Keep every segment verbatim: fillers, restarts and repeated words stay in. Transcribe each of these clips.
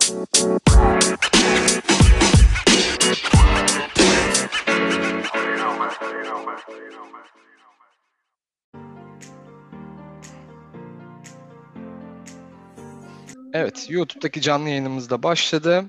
Evet, YouTube'daki canlı yayınımız da başladı.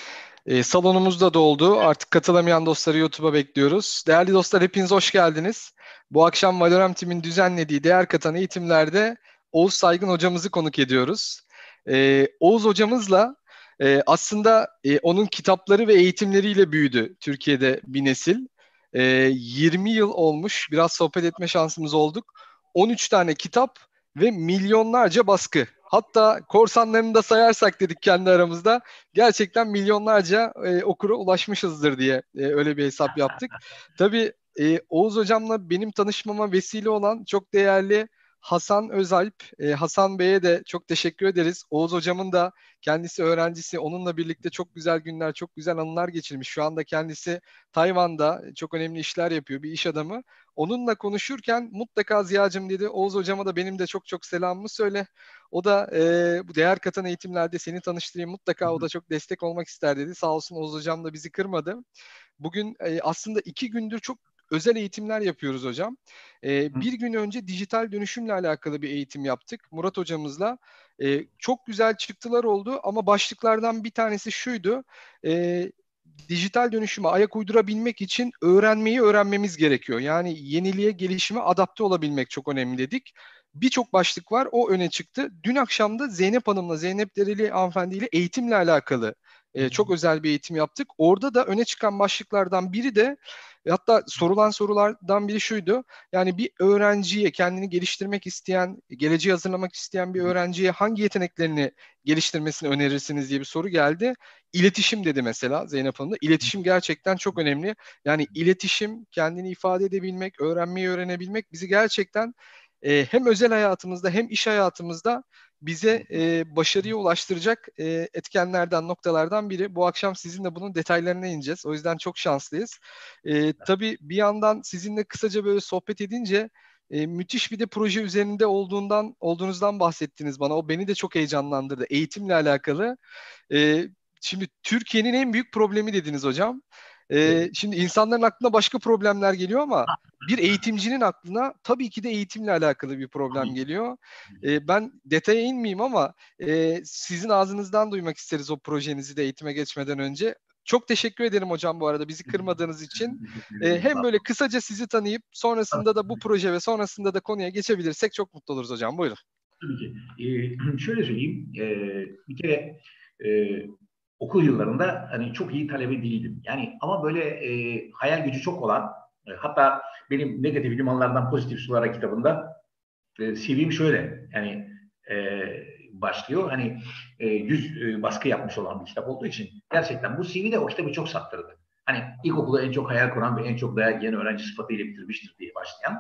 E, salonumuz da doldu. Artık katılamayan dostları YouTube'a bekliyoruz. Değerli dostlar, hepiniz hoş geldiniz. Bu akşam Valorem Team'in düzenlediği değer katan eğitimlerde Oğuz Saygın hocamızı konuk ediyoruz. E, Oğuz hocamızla e, aslında e, onun kitapları ve eğitimleriyle büyüdü Türkiye'de bir nesil. E, yirmi yıl olmuş, biraz sohbet etme şansımız olduk. on üç tane kitap ve milyonlarca baskı. Hatta korsanlarını da sayarsak dedik kendi aramızda. Gerçekten milyonlarca e, okura ulaşmışızdır diye e, öyle bir hesap yaptık. Tabii e, Oğuz hocamla benim tanışmama vesile olan çok değerli Hasan Özalp. E, Hasan Bey'e de çok teşekkür ederiz. Oğuz hocamın da kendisi öğrencisi. Onunla birlikte çok güzel günler, çok güzel anılar geçirmiş. Şu anda kendisi Tayvan'da çok önemli işler yapıyor. Bir iş adamı. Onunla konuşurken mutlaka Ziya'cığım dedi. Oğuz hocama da benim de çok çok selamımı söyle. O da e, bu değer katan eğitimlerde seni tanıştırayım, mutlaka o da çok destek olmak ister dedi. Sağ olsun Oğuz hocam da bizi kırmadı. Bugün e, aslında iki gündür çok özel eğitimler yapıyoruz hocam. E, bir gün önce dijital dönüşümle alakalı bir eğitim yaptık Murat hocamızla. E, çok güzel çıktılar oldu ama başlıklardan bir tanesi şuydu. E, Dijital dönüşüme ayak uydurabilmek için öğrenmeyi öğrenmemiz gerekiyor. Yani yeniliğe, gelişime adapte olabilmek çok önemli dedik. Birçok başlık var, o öne çıktı. Dün akşam da Zeynep Hanım'la, Zeynep Dereli hanımefendiyle eğitimle alakalı e, çok özel bir eğitim yaptık. Orada da öne çıkan başlıklardan biri de, hatta sorulan sorulardan biri şuydu. Yani bir öğrenciye, kendini geliştirmek isteyen, geleceği hazırlamak isteyen bir öğrenciye hangi yeteneklerini geliştirmesini önerirsiniz diye bir soru geldi. İletişim dedi mesela Zeynep Hanım da. İletişim gerçekten çok önemli. Yani iletişim, kendini ifade edebilmek, öğrenmeyi öğrenebilmek bizi gerçekten e, hem özel hayatımızda hem iş hayatımızda bize e, başarıya ulaştıracak e, etkenlerden, noktalardan biri. Bu akşam sizinle bunun detaylarına ineceğiz. O yüzden çok şanslıyız. E, tabii bir yandan sizinle kısaca böyle sohbet edince e, müthiş bir de proje üzerinde olduğundan olduğunuzdan bahsettiniz bana. O beni de çok heyecanlandırdı. Eğitimle alakalı. E, Şimdi Türkiye'nin en büyük problemi dediniz hocam. Evet. E, şimdi insanların aklına başka problemler geliyor ama bir eğitimcinin aklına tabii ki de eğitimle alakalı bir problem Tabii ki. geliyor. E, ben detaya inmeyeyim ama e, sizin ağzınızdan duymak isteriz o projenizi de eğitime geçmeden önce. Çok teşekkür ederim hocam bu arada bizi kırmadığınız için. Teşekkür E, ederim. Sağ hem olun. böyle kısaca sizi tanıyıp sonrasında da bu proje ve sonrasında da konuya geçebilirsek çok mutlu oluruz hocam. Buyurun. Tabii ki. Ee, şöyle söyleyeyim. Ee, bir kere e, okul yıllarında hani çok iyi talebe değildim. Yani ama böyle e, hayal gücü çok olan, e, hatta benim negatif limanlardan pozitif sulara kitabında e, C V'm şöyle yani e, başlıyor. Hani e, yüz e, baskı yapmış olan bir kitap olduğu için gerçekten bu C V de o kitabı çok sattırdı. Hani ilkokulu en çok hayal kuran ve en çok dayak yiyen öğrenci sıfatıyla bitirmiştir diye başlayan.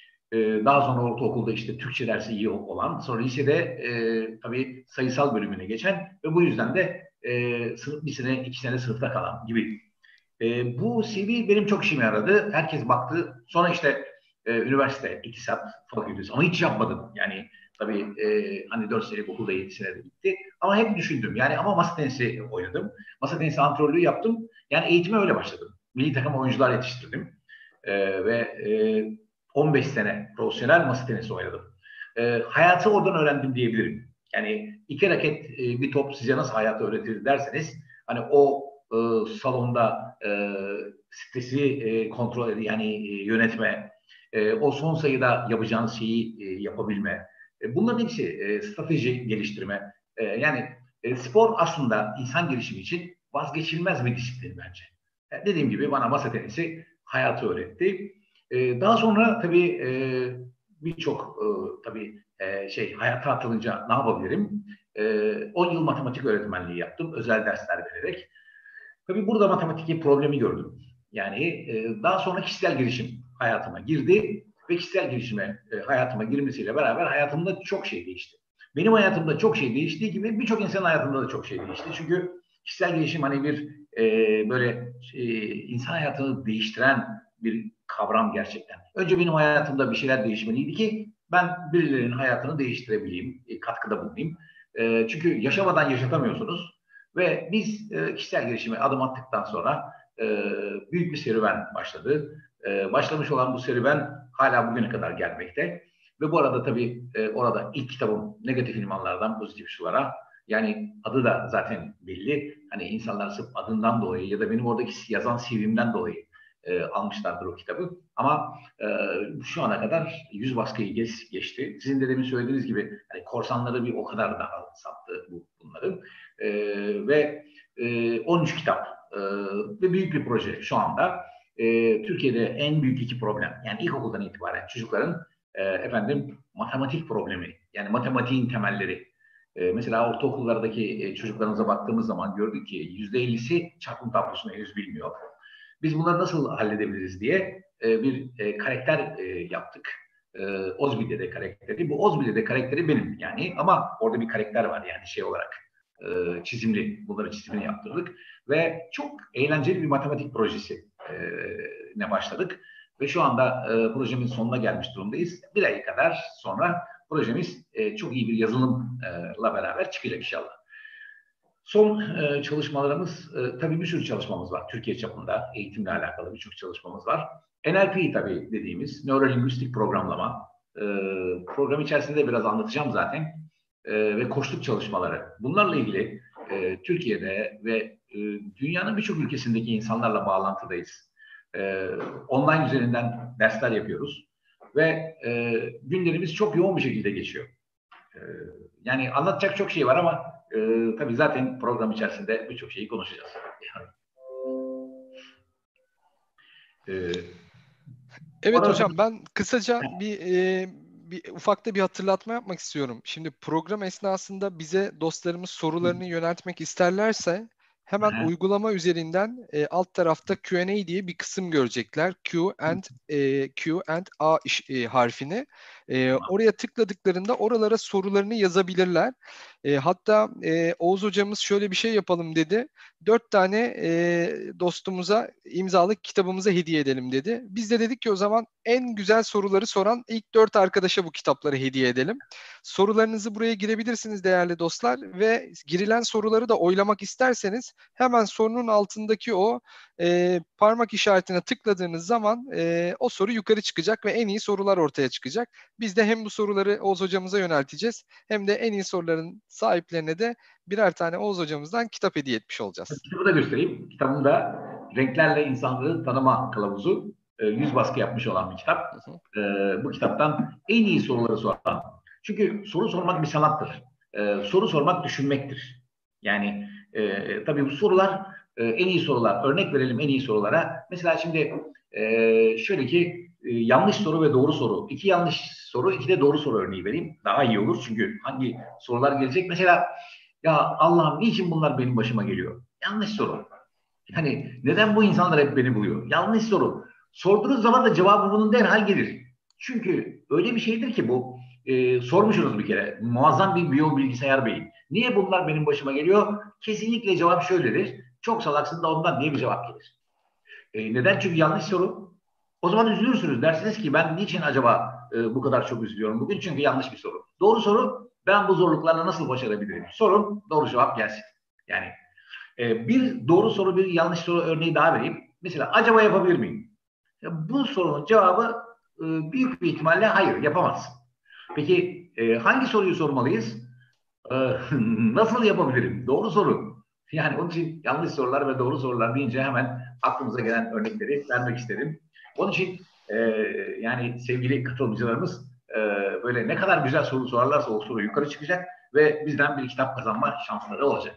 Ee, daha sonra ortaokulda işte Türkçe dersi iyi olan, sonra lisede e, tabii sayısal bölümüne geçen ve bu yüzden de e, sınıf bir sene, iki sene sınıfta kalan gibi. E, bu C V benim çok işime yaradı. Herkes baktı. Sonra işte e, üniversite, iktisat fakültesi ama hiç yapmadım. Yani tabii e, hani dört senelik okulda yedi senede bitti. Ama hep düşündüm. Yani ama masa tenisi oynadım. Masa tenisi antrenörlüğü yaptım. Yani eğitime öyle başladım. Milli takım oyuncular yetiştirdim. E, ve e, on beş sene profesyonel masa tenisi oynadım. E, hayatı oradan öğrendim diyebilirim. Yani iki raket e, bir top size nasıl hayatı öğretir derseniz hani o e, salonda e, stresi e, kontrol ed- yani e, yönetme, e, o son sayıda yapacağınız şeyi e, yapabilme. E, bunların hepsi e, strateji geliştirme. E, yani e, spor aslında insan gelişimi için vazgeçilmez bir disiplin bence. E, dediğim gibi bana masa tenisi hayatı öğretti. E, daha sonra tabii e, birçok e, tabii e, şey hayata atılınca ne yapabilirim? E, on yıl matematik öğretmenliği yaptım. Özel dersler vererek. Tabii burada matematik problemi gördüm. Yani e, daha sonra kişisel gelişim hayatıma girdi ve kişisel gelişime e, hayatıma girmesiyle beraber hayatımda çok şey değişti. Benim hayatımda çok şey değiştiği gibi birçok insanın hayatında da çok şey değişti. Çünkü kişisel gelişim hani bir e, böyle e, insan hayatını değiştiren bir kavram gerçekten. Önce benim hayatımda bir şeyler değişmeliydi ki ben birilerinin hayatını değiştirebileyim, e, katkıda bulunayım. E, çünkü yaşamadan yaşatamıyorsunuz. Ve biz e, kişisel gelişime adım attıktan sonra e, büyük bir serüven başladı. E, başlamış olan bu serüven hala bugüne kadar gelmekte. Ve bu arada tabii e, orada ilk kitabım Negatif İmanlardan Pozitif Sulara. Yani adı da zaten belli. Hani insanlar sırf adından dolayı ya da benim oradaki yazan C V'mden dolayı e, almışlardır o kitabı. Ama e, şu ana kadar yüz baskıyı geç, geçti. Sizin de demin söylediğiniz gibi hani korsanları bir o kadar daha sattı bu, bunların. E, ve e, on üç kitap e, ve büyük bir proje şu anda. E, Türkiye'de en büyük iki problem, yani ilkokuldan itibaren çocukların e, efendim matematik problemi, yani matematiğin temelleri. E, mesela ortaokullardaki e, çocuklarımıza baktığımız zaman gördük ki yüzde ellisi çarpım tablosunu henüz bilmiyor. Biz bunları nasıl halledebiliriz diye e, bir e, karakter e, yaptık. E, Ozbil'de karakteri. Bu Ozbil'de karakteri benim yani, ama orada bir karakter var yani şey olarak e, çizimli. Bunları çizimini yaptırdık ve çok eğlenceli bir matematik projesi e, ne başladık. Ve şu anda e, projemin sonuna gelmiş durumdayız. Bir ay kadar sonra projemiz e, çok iyi bir yazılımla beraber çıkacak inşallah. Son e, çalışmalarımız, e, tabii bir sürü çalışmamız var. Türkiye çapında eğitimle alakalı birçok çalışmamız var. N L P tabii dediğimiz nörolinguistik programlama. E, program içerisinde biraz anlatacağım zaten. E, ve koçluk çalışmaları. Bunlarla ilgili e, Türkiye'de ve e, dünyanın birçok ülkesindeki insanlarla bağlantıdayız. E, online üzerinden dersler yapıyoruz. Ve e, günlerimiz çok yoğun bir şekilde geçiyor. E, yani anlatacak çok şey var ama e, tabii zaten program içerisinde birçok şeyi konuşacağız. Yani, e, Evet orada hocam, ben kısaca bir, e, bir ufakta bir hatırlatma yapmak istiyorum. Şimdi program esnasında bize dostlarımız sorularını yöneltmek isterlerse hemen uygulama üzerinden e, alt tarafta Q and A diye bir kısım görecekler. Q and e, Q and A iş- e, harfini. E, oraya tıkladıklarında oralara sorularını yazabilirler. E, hatta e, Oğuz hocamız şöyle bir şey yapalım dedi. Dört tane e, dostumuza imzalı kitabımızı hediye edelim dedi. Biz de dedik ki o zaman en güzel soruları soran ilk dört arkadaşa bu kitapları hediye edelim. Sorularınızı buraya girebilirsiniz değerli dostlar ve girilen soruları da oylamak isterseniz hemen sorunun altındaki o e, parmak işaretine tıkladığınız zaman e, o soru yukarı çıkacak ve en iyi sorular ortaya çıkacak. Biz de hem bu soruları Oğuz hocamıza yönelteceğiz hem de en iyi soruların sahiplerine de birer tane Oğuz hocamızdan kitap hediye etmiş olacağız. kitabı da göstereyim. Kitabımda Renklerle İnsanları Tanıma Kılavuzu, e, yüz baskı yapmış olan bir kitap. Hı hı. E, bu kitaptan en iyi soruları soran. Çünkü soru sormak bir sanattır. E, soru sormak düşünmektir. Yani e, tabii bu sorular e, en iyi sorular. Örnek verelim en iyi sorulara. Mesela şimdi e, şöyle ki e, yanlış soru ve doğru soru. İki yanlış soru, iki de doğru soru örneği vereyim. Daha iyi olur çünkü hangi sorular gelecek? Mesela ya Allah'ım niçin bunlar benim başıma geliyor? Yanlış soru. Yani neden bu insanlar hep beni buluyor? Yanlış soru. Sorduğunuz zaman da cevabı bunun derhal gelir. Çünkü öyle bir şeydir ki bu, e, sormuşsunuz bir kere. Muazzam bir biyo bilgisayar beyin. Niye bunlar benim başıma geliyor? Kesinlikle cevap şöyledir. Çok salaksın da ondan diye bir cevap gelir. E, neden? Çünkü yanlış soru. O zaman üzülürsünüz. Dersiniz ki ben niçin acaba e, bu kadar çok üzülüyorum bugün? Çünkü yanlış bir soru. Doğru soru, ben bu zorluklarla nasıl başarabilirim? Sorun, doğru cevap gelsin. Yani e, bir doğru soru, bir yanlış soru örneği daha vereyim. Mesela acaba yapabilir miyim? Ya, bu sorunun cevabı e, büyük bir ihtimalle hayır, yapamazsın. Peki e, hangi soruyu sormalıyız? E, nasıl yapabilirim? Doğru soru. Yani onun için yanlış sorular ve doğru sorular deyince hemen aklımıza gelen örnekleri vermek istedim. Onun için e, yani sevgili katılımcılarımız e, böyle ne kadar güzel soru sorarlarsa o soru yukarı çıkacak ve bizden bir kitap kazanma şansları olacak.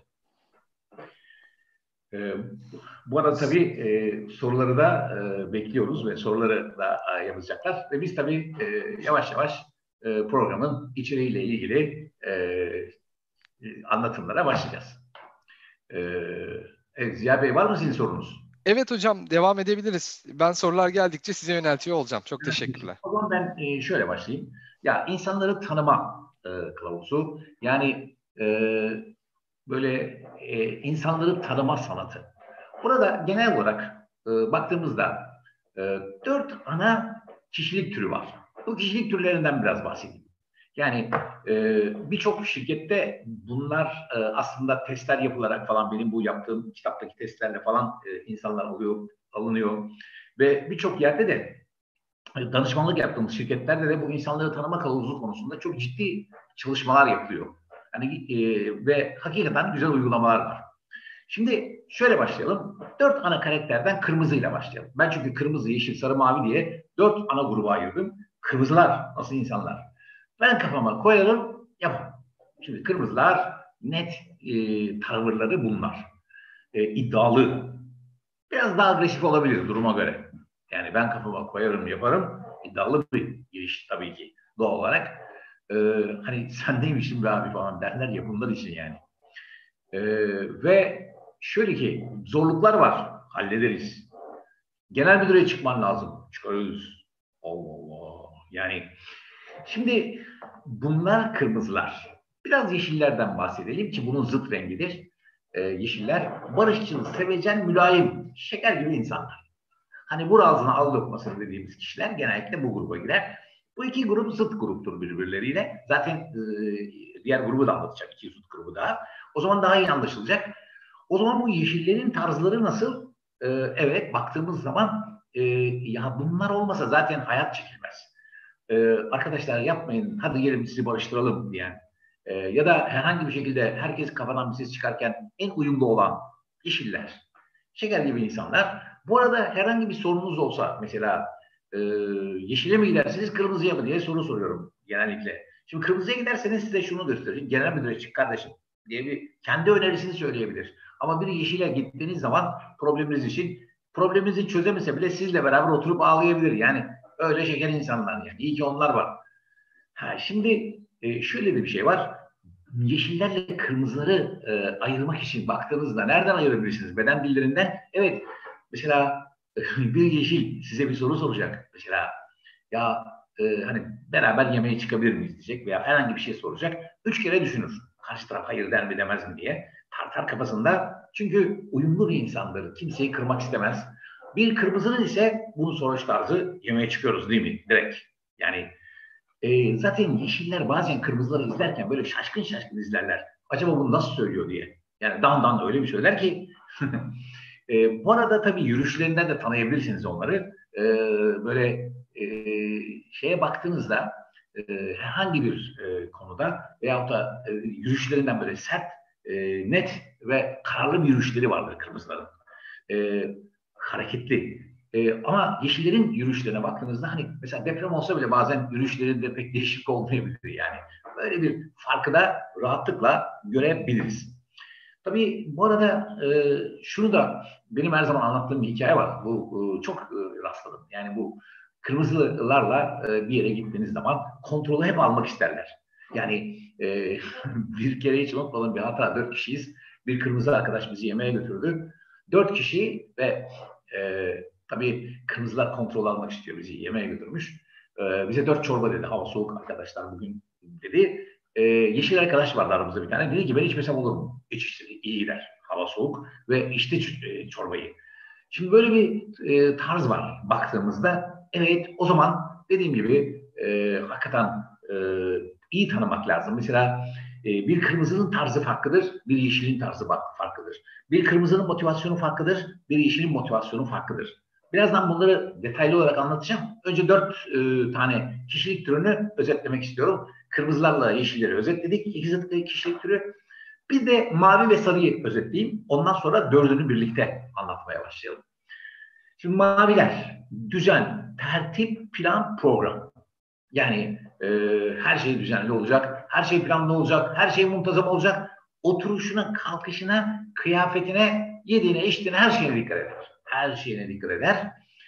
E, bu arada tabii e, soruları da e, bekliyoruz ve soruları da e, yapacaklar. Ve biz tabii e, yavaş yavaş e, programın içeriğiyle ilgili e, anlatımlara başlayacağız. E, evet, Ziya Bey, var mı sizin sorunuz? Evet hocam, devam edebiliriz. Ben sorular geldikçe size yöneltiyor olacağım. Çok Evet. teşekkürler. O zaman ben e, şöyle başlayayım. Ya insanları tanıma e, kılavuzu. Yani e, böyle e, insanları tanıma sanatı. Burada genel olarak e, baktığımızda e, dört ana kişilik türü var. Bu kişilik türlerinden biraz bahsedeyim. Yani e, birçok şirkette bunlar e, aslında testler yapılarak falan benim bu yaptığım kitaptaki testlerle falan e, insanlar alıyor, alınıyor. Ve birçok yerde de danışmanlık yaptığımız şirketlerde de bu insanları tanıma kılavuzu konusunda çok ciddi çalışmalar yapılıyor. Yani e, ve hakikaten güzel uygulamalar var. Şimdi şöyle başlayalım. Dört ana karakterden kırmızıyla başlayalım. Ben çünkü kırmızı, yeşil, sarı, mavi diye dört ana gruba ayırdım. Kırmızılar nasıl insanlar? Ben kafama koyarım, yaparım. Şimdi kırmızılar net e, tavırları bunlar. E, iddialı. Biraz daha agresif olabilir duruma göre. Yani ben kafama koyarım, yaparım. İddialı bir giriş tabii ki doğal olarak. E, hani sen neymişsin be abi falan derler ya bunlar için yani. E, ve şöyle ki zorluklar var. Hallederiz. Genel müdüre çıkman lazım. Çıkarız. Allah Allah. Yani şimdi bunlar kırmızılar. Biraz yeşillerden bahsedelim ki bunun zıt rengidir. Ee, yeşiller barışçıl, sevecen, mülayim, şeker gibi insanlar. Hani vur ağzına al lokmasını dediğimiz kişiler genellikle bu gruba girer. Bu iki grup zıt gruptur birbirleriyle. Zaten e, diğer grubu da anlatacağım. İki zıt grubu daha. O zaman daha iyi anlaşılacak. O zaman bu yeşillerin tarzları nasıl? Ee, evet baktığımız zaman e, ya bunlar olmasa zaten hayat çekilmez. Ee, arkadaşlar yapmayın hadi gelin sizi barıştıralım diyen e, ya da herhangi bir şekilde herkes kafadan bir ses çıkarken en uyumlu olan yeşiller, şeker gibi insanlar. Bu arada herhangi bir sorunuz olsa mesela e, yeşile mi gidersiniz kırmızıya mı diye soru soruyorum genellikle. Şimdi kırmızıya giderseniz size şunu gösterir. Genel müdüre çık kardeşim diye bir kendi önerisini söyleyebilir. Ama bir yeşile gittiğiniz zaman probleminiz için probleminizi çözemese bile sizle beraber oturup ağlayabilir. Yani öyle şeker insanlar yani. İyi ki onlar var. Ha, şimdi e, şöyle de bir şey var. Yeşillerle kırmızıları e, ayırmak için baktığınızda nereden ayırabilirsiniz? Beden dillerinden. Evet. Mesela bir yeşil size bir soru soracak. Mesela ya e, hani beraber yemeğe çıkabilir miyiz diyecek veya herhangi bir şey soracak. Üç kere düşünür. Karşı taraf hayır der mi demez mi diye. Tartar kafasında. Çünkü uyumlu bir insandır. Kimseyi kırmak istemez. Bir kırmızının ise bunun sonuç tarzı yemeğe çıkıyoruz değil mi? Direkt. Yani e, zaten yeşiller bazen kırmızıları izlerken böyle şaşkın şaşkın izlerler. Acaba bunu nasıl söylüyor diye. Yani dan dan öyle bir söyler ki. e, bu arada tabii yürüyüşlerinden de tanıyabilirsiniz onları. E, böyle e, şeye baktığınızda e, herhangi bir e, konuda veyahut da e, yürüyüşlerinden böyle sert, e, net ve kararlı bir yürüyüşleri vardır kırmızıların. E, hareketli. E, ama yeşillerin yürüyüşlerine baktığınızda hani mesela deprem olsa bile bazen yürüyüşlerinde pek değişik olmayabilir yani. Böyle bir farkı da rahatlıkla görebiliriz. Tabii bu arada e, şunu da benim her zaman anlattığım bir hikaye var. Bu e, çok e, rastladım. Yani bu kırmızılarla e, bir yere gittiğiniz zaman kontrolü hep almak isterler. Yani e, bir kere hiç unutmadım bir hatıra. Dört kişiyiz. Bir kırmızı arkadaş bizi yemeğe götürdü. Dört kişi ve e, tabii kırmızılar kontrol almak istiyor bizi yemeğe götürmüş. E, bize dört çorba dedi. Hava soğuk arkadaşlar bugün dedi. Ee, yeşil arkadaş vardı aramızda bir tane. Dedi ki ben içmesem olur mu? İç işte iyi gider. Hava soğuk ve içti e, çorbayı. Şimdi böyle bir e, tarz var baktığımızda. Evet o zaman dediğim gibi e, hakikaten e, iyi tanımak lazım. Mesela e, bir kırmızının tarzı farklıdır, bir yeşilin tarzı farklıdır. Bir kırmızının motivasyonu farklıdır, bir yeşilin motivasyonu farklıdır. Birazdan bunları detaylı olarak anlatacağım. Önce dört e, tane kişilik türünü özetlemek istiyorum. Kırmızılarla yeşilleri özetledik. İki zıt kişilik türü. Bir de mavi ve sarıyı özetleyeyim. Ondan sonra dördünü birlikte anlatmaya başlayalım. Şimdi maviler, düzen, tertip, plan, program. Yani e, her şey düzenli olacak, her şey planlı olacak, her şey muntazam olacak. Oturuşuna, kalkışına, kıyafetine, yediğine, içtiğine her şeyine dikkat eder. Her şeyine dikkat eder.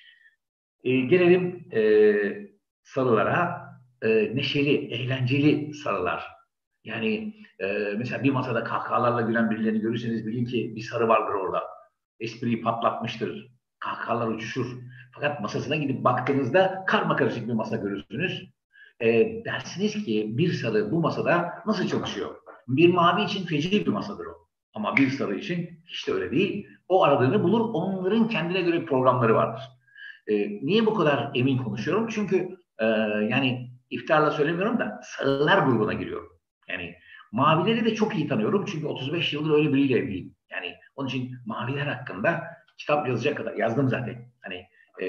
E, gelelim e, sarılara. E, neşeli, eğlenceli sarılar. Yani e, mesela bir masada kahkahalarla gülen birilerini görürseniz bilin ki bir sarı vardır orada. Espriyi patlatmıştır. Kahkahalar uçuşur. Fakat masasına gidip baktığınızda karmakarışık bir masa görürsünüz. E, dersiniz ki bir sarı bu masada nasıl çalışıyor? Bir mavi için feci bir masadır o. Ama bir sarı için hiç de öyle değil. O aradığını bulur. Onların kendine göre programları vardır. E, niye bu kadar emin konuşuyorum? Çünkü e, yani iftiharla söylemiyorum da sarılar grubuna giriyorum. Yani mavileri de çok iyi tanıyorum çünkü otuz beş yıldır öyle biriyle evliyim. Yani onun için maviler hakkında kitap yazacak kadar yazdım zaten. Hani e,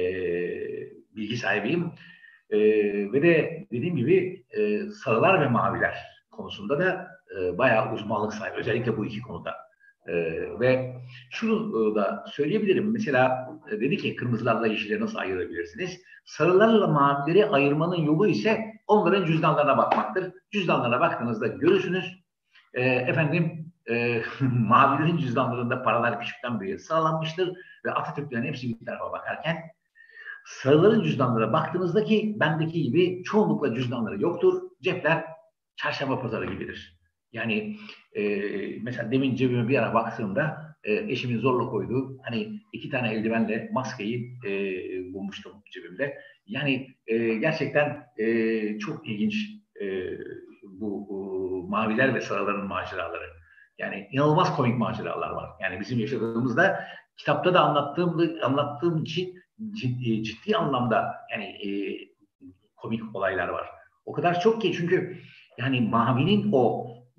bilgi sahibiyim. E, ve de dediğim gibi e, sarılar ve maviler konusunda da e, bayağı uzmanlık sahibi. Özellikle bu iki konuda. E, ve şunu da söyleyebilirim. Mesela e, dedi ki kırmızılarla yeşilleri nasıl ayırabilirsiniz? Sarılarla mavileri ayırmanın yolu ise onların cüzdanlarına bakmaktır. Cüzdanlarına baktığınızda görürsünüz. E, efendim e, mavilerin cüzdanlarında paralar küçükten büyüğe sıralanmıştır ve Atatürklerin hepsi bir tarafa bakarken sarıların cüzdanlara baktığınızda ki bendeki gibi çoğunlukla cüzdanları yoktur. Cepler çarşamba pazarı gibidir. Yani e, mesela demin cebime bir ara baktığımda e, eşimin zorla koyduğu hani iki tane eldivenle maskeyi e, bulmuştum cebimde. Yani e, gerçekten e, çok ilginç e, bu, bu maviler ve sarıların maceraları. Yani inanılmaz komik maceralar var. Yani bizim yaşadığımızda kitapta da anlattığım anlattığım için ciddi, ciddi anlamda yani e, komik olaylar var. O kadar çok ki çünkü yani mavinin o e,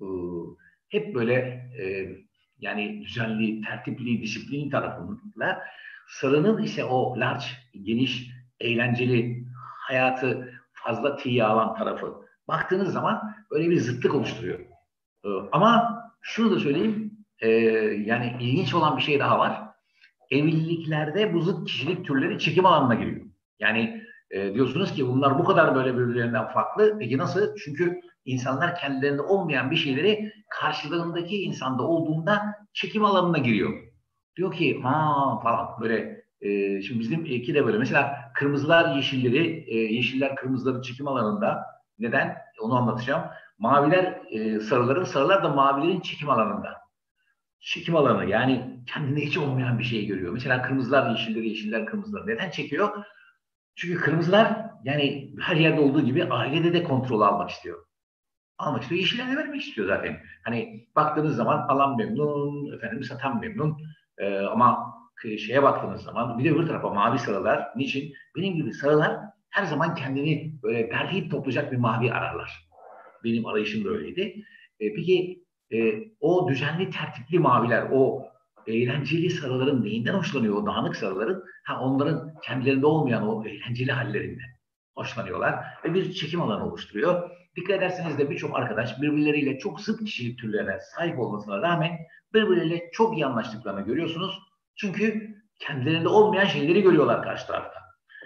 hep böyle e, yani düzenli, tertipli, disiplinli tarafıyla sarının ise o large, geniş, eğlenceli, hayatı fazla tiye alan tarafı. Baktığınız zaman böyle bir zıtlık oluşturuyor. E, ama şunu da söyleyeyim, e, yani ilginç olan bir şey daha var. Evliliklerde bu zıt kişilik türleri çekim alanına giriyor. Yani e, diyorsunuz ki bunlar bu kadar böyle birbirlerinden farklı. Peki nasıl? Çünkü insanlar kendilerinde olmayan bir şeyleri karşılarındaki insanda olduğunda çekim alanına giriyor. Diyor ki ha falan böyle e, şimdi bizim iki de böyle mesela kırmızılar yeşilleri e, yeşiller kırmızıların çekim alanında. Neden? Onu anlatacağım. Maviler e, sarıların, sarılar da mavilerin çekim alanında. Çekim alanı yani kendinde hiç olmayan bir şey görüyor. Mesela kırmızılar yeşilleri, yeşiller kırmızıları. Neden çekiyor? Çünkü kırmızılar yani her yerde olduğu gibi ailede de kontrol almak istiyor. Almak istiyor. Yeşiller de vermek istiyor zaten. Hani baktığınız zaman alan memnun, efendim satan memnun. Ee, ama şeye baktığınız zaman bir de öbür tarafa mavi sarılar. Niçin? Benim gibi sarılar her zaman kendini böyle derleyip toplayacak bir mavi ararlar. Benim arayışım da öyleydi. E, peki e, o düzenli tertipli maviler, o eğlenceli sarıların neyinden hoşlanıyor? O dağınık sarıların ha, onların kendilerinde olmayan o eğlenceli hallerinden hoşlanıyorlar. Ve bir çekim alanı oluşturuyor. Dikkat ederseniz de birçok arkadaş birbirleriyle çok zıt kişilik türlerine sahip olmasına rağmen birbirleriyle çok iyi anlaştıklarını görüyorsunuz. Çünkü kendilerinde olmayan şeyleri görüyorlar karşı tarafta.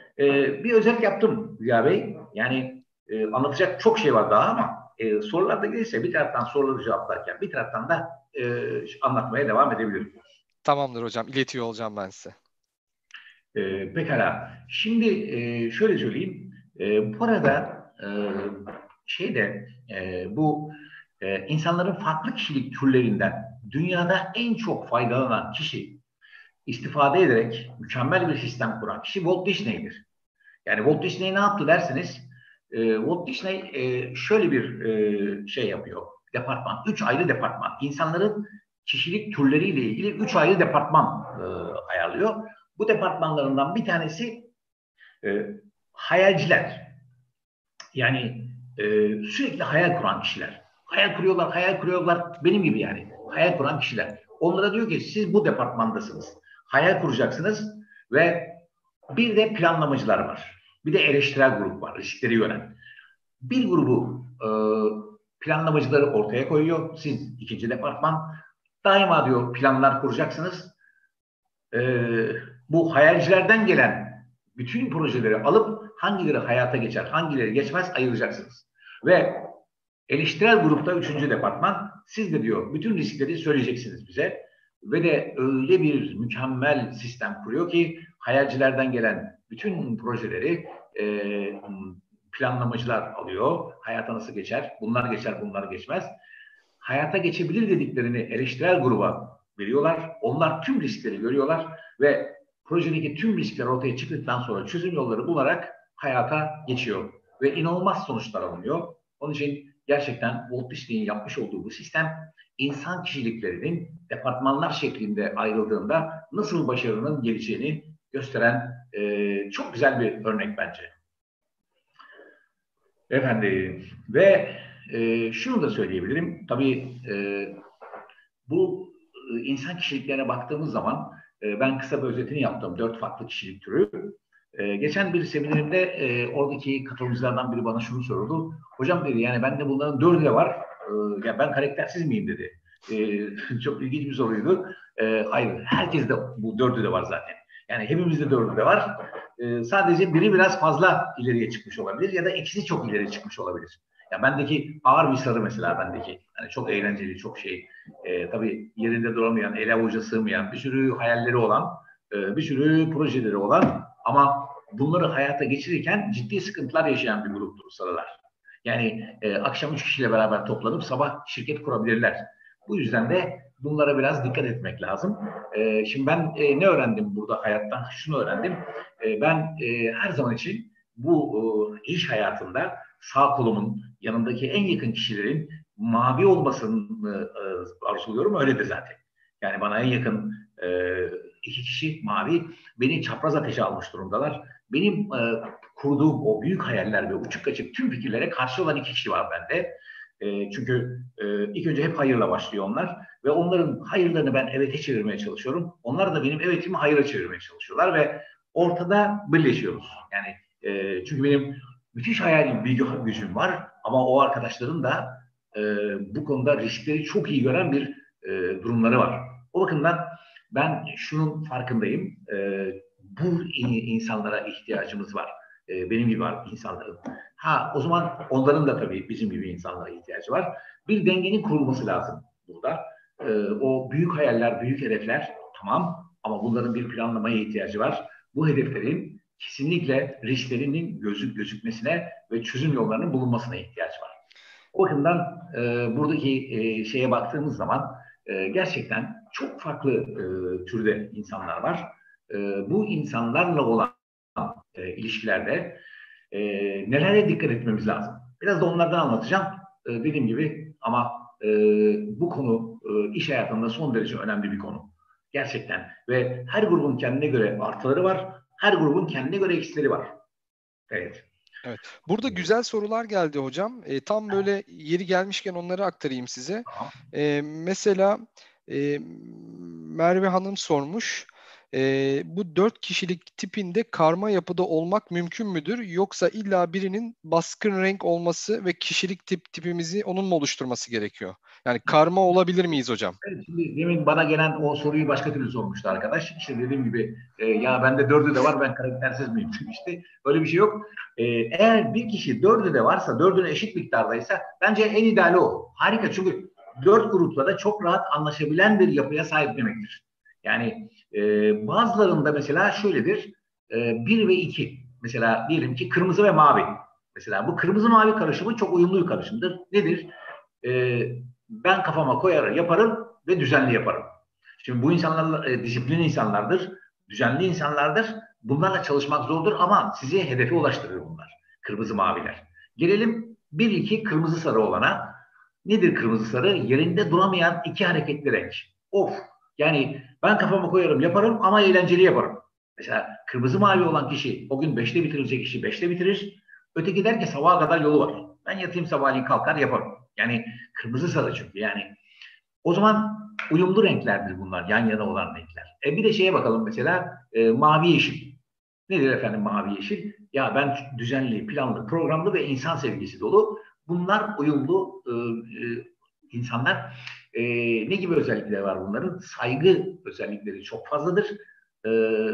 Ee, bir özet yaptım Ziya Bey. Yani e, anlatacak çok şey var daha ama e, sorular da gelirse bir taraftan soruları cevaplarken bir taraftan da e, anlatmaya devam edebilirim. Tamamdır hocam. İletiyor olacağım ben size. E, pekala. Şimdi e, şöyle söyleyeyim. E, bu arada e, şeyde e, bu e, insanların farklı kişilik türlerinden dünyada en çok faydalanan kişi istifade ederek mükemmel bir sistem kuran kişi Walt Disney'dir. Yani Walt Disney ne yaptı derseniz e, Walt Disney e, şöyle bir e, şey yapıyor. Departman. Üç ayrı departman. İnsanların kişilik türleriyle ilgili üç ayrı departman e, ayarlıyor. Bu departmanlarından bir tanesi e, hayalciler. Yani e, sürekli hayal kuran kişiler. Hayal kuruyorlar, hayal kuruyorlar. Benim gibi yani. Hayal kuran kişiler. Onlara diyor ki siz bu departmandasınız. Hayal kuracaksınız ve bir de planlamacılar var. Bir de eleştirel grup var, riskleri yönen. Bir grubu e, planlamacıları ortaya koyuyor. Siz ikinci departman. Daima diyor planlar kuracaksınız. E, bu hayalcilerden gelen bütün projeleri alıp hangileri hayata geçer, hangileri geçmez ayıracaksınız. Ve eleştirel grupta üçüncü departman. Siz de diyor bütün riskleri söyleyeceksiniz bize. Ve de öyle bir mükemmel sistem kuruyor ki hayalcilerden gelen bütün projeleri e, planlamacılar alıyor. Hayata nasıl geçer? Bunlar geçer, bunlar geçmez. Hayata geçebilir dediklerini eleştirel gruba veriyorlar. Onlar tüm riskleri görüyorlar ve projedeki tüm riskler ortaya çıktıktan sonra çözüm yolları bularak hayata geçiyor. Ve inanılmaz sonuçlar alınıyor. Onun için gerçekten Walt Disney'in yapmış olduğu bu sistem insan kişiliklerinin departmanlar şeklinde ayrıldığında nasıl başarının geleceğini gösteren e, çok güzel bir örnek bence. Efendim ve e, şunu da söyleyebilirim. Tabii e, bu e, insan kişiliklerine baktığımız zaman e, ben kısa bir özetini yaptım. Dört farklı kişilik türü. E, geçen bir seminerimde e, oradaki katılımcılardan biri bana şunu sordu. Hocam dedi, yani bende bunların dördü de var. E, ya ben karaktersiz miyim dedi. E, çok ilginç bir soruydu. E, hayır, herkes de bu dördü de var zaten. Yani hepimizde dördü de var. E, sadece biri biraz fazla ileriye çıkmış olabilir ya da ikisi çok ileri çıkmış olabilir. Ya bendeki ağır bir sarı mesela bendeki. Yani çok eğlenceli, çok şey. E, tabii yerinde duramayan, ele avuca sığmayan, bir sürü hayalleri olan, e, bir sürü projeleri olan ama bunları hayata geçirirken ciddi sıkıntılar yaşayan bir gruptur sarılar. Yani e, akşam üç kişiyle beraber toplanıp sabah şirket kurabilirler. Bu yüzden de bunlara biraz dikkat etmek lazım. E, şimdi ben e, ne öğrendim burada hayattan? Şunu öğrendim. E, ben e, her zaman için bu e, iş hayatında sağ kolumun yanındaki en yakın kişilerin mavi olmasını e, arzuluyorum. Öyle de zaten. Yani bana en yakın e, iki kişi mavi. Beni çapraz ateşe almış durumdalar. Benim e, kurduğum o büyük hayaller ve uçuk kaçık tüm fikirlere karşı olan iki kişi var bende. E, çünkü e, ilk önce hep hayırla başlıyor onlar ve onların hayırlarını ben evete çevirmeye çalışıyorum. Onlar da benim evetimi hayıra çevirmeye çalışıyorlar ve ortada birleşiyoruz. Yani e, çünkü benim müthiş hayal bilgi gücüm var ama o arkadaşların da e, bu konuda riskleri çok iyi gören bir e, durumları var. O bakımdan ben şunun farkındayım. E, bu insanlara ihtiyacımız var. E, benim gibi insanların. Ha, o zaman onların da tabii bizim gibi insanlara ihtiyacı var. Bir dengenin kurulması lazım burada. E, o büyük hayaller, büyük hedefler tamam ama bunların bir planlamaya ihtiyacı var. Bu hedeflerin kesinlikle risklerinin gözük gözükmesine ve çözüm yollarının bulunmasına ihtiyaç var. O bakımdan e, buradaki e, şeye baktığımız zaman e, gerçekten çok farklı e, türde insanlar var. E, bu insanlarla olan e, ilişkilerde e, nelere dikkat etmemiz lazım? Biraz da onlardan anlatacağım. E, dediğim gibi ama e, bu konu e, iş hayatında son derece önemli bir konu. Gerçekten. Ve her grubun kendine göre artıları var. Her grubun kendine göre eksileri var. Evet. Evet. Burada güzel sorular geldi hocam. E, tam böyle yeri gelmişken onları aktarayım size. Tamam. E, mesela e, Merve Hanım sormuş. E, bu dört kişilik tipinde karma yapıda olmak mümkün müdür? Yoksa illa birinin baskın renk olması ve kişilik tip tipimizi onun mu oluşturması gerekiyor? Yani karma olabilir miyiz hocam? Evet, şimdi demin bana gelen o soruyu başka türlü sormuştu arkadaş. İşte dediğim gibi e, ya bende dördü de var, ben karaktersiz miyim demişti. Öyle bir şey yok. E, eğer bir kişi dördü de varsa, dördüne eşit miktardaysa bence en ideali o. Harika, çünkü dört grupla da çok rahat anlaşabilen bir yapıya sahip demektir. Yani e, bazılarında mesela şöyledir. E, bir ve iki. Mesela diyelim ki kırmızı ve mavi. Mesela bu kırmızı mavi karışımı çok uyumlu bir karışımdır. Nedir? E, Ben kafama koyar yaparım ve düzenli yaparım. Şimdi bu insanlar e, disiplinli insanlardır, düzenli insanlardır. Bunlarla çalışmak zordur ama sizi hedefe ulaştırır bunlar. Kırmızı maviler. Gelelim bir iki kırmızı sarı olana. Nedir kırmızı sarı? Yerinde duramayan iki hareketli renk. Of! Yani ben kafama koyarım yaparım ama eğlenceli yaparım. Mesela kırmızı mavi olan kişi o gün beşte bitirecek işi beşte bitirir. Öteki der ki sabaha kadar yolu var. Ben yatayım sabahleyin kalkar yaparım. Yani kırmızı sarı çünkü yani. O zaman uyumlu renklerdir bunlar, yan yana olan renkler. E bir de şeye bakalım mesela e, mavi yeşil. Nedir efendim mavi yeşil? Ya ben düzenli, planlı, programlı ve insan sevgisi dolu. Bunlar uyumlu e, e, insanlar. E, Ne gibi özellikleri var bunların? Saygı özellikleri çok fazladır. E,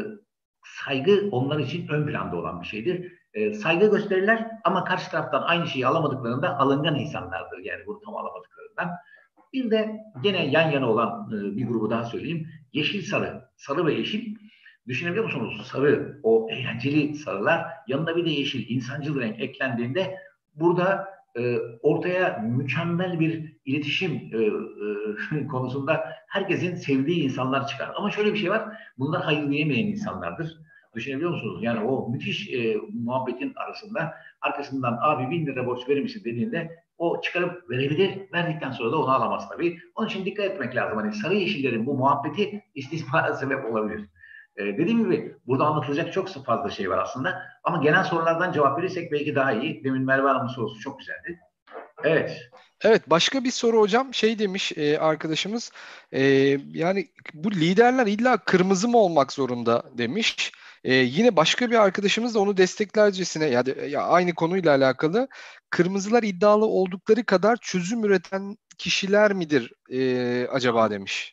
Saygı onlar için ön planda olan bir şeydir. E, saygı gösterirler ama karşı taraftan aynı şeyi alamadıklarında alıngan insanlardır. Yani bunu tam alamadıklarından. Bir de gene yan yana olan e, bir grubu daha söyleyeyim. Yeşil sarı. Sarı ve yeşil. Düşünebiliyor musunuz? Sarı, o eğlenceli sarılar. Yanında bir de yeşil, insancıl renk eklendiğinde burada e, ortaya mükemmel bir iletişim e, e, konusunda herkesin sevdiği insanlar çıkar. Ama şöyle bir şey var. Bunlar hayır diyemeyen insanlardır. Düşünebiliyor musunuz? Yani o müthiş e, muhabbetin arasında arkasından abi bin lira borç verir misin dediğinde o çıkarıp verebilir. Verdikten sonra da onu alamaz tabii. Onun için dikkat etmek lazım. Hani sarı yeşillerin bu muhabbeti istismara sebep olabilir. E, dediğim gibi burada anlatılacak çok fazla şey var aslında. Ama genel sorulardan cevap verirsek belki daha iyi. Demin Merve Hanım'ın sorusu çok güzeldi. Evet. Evet, başka bir soru hocam. Şey demiş e, arkadaşımız, e, yani bu liderler illa kırmızı mı olmak zorunda demiş. E, yine başka bir arkadaşımız da onu desteklercesine, ya, de- ya aynı konuyla alakalı, kırmızılar iddialı oldukları kadar çözüm üreten kişiler midir e, acaba demiş.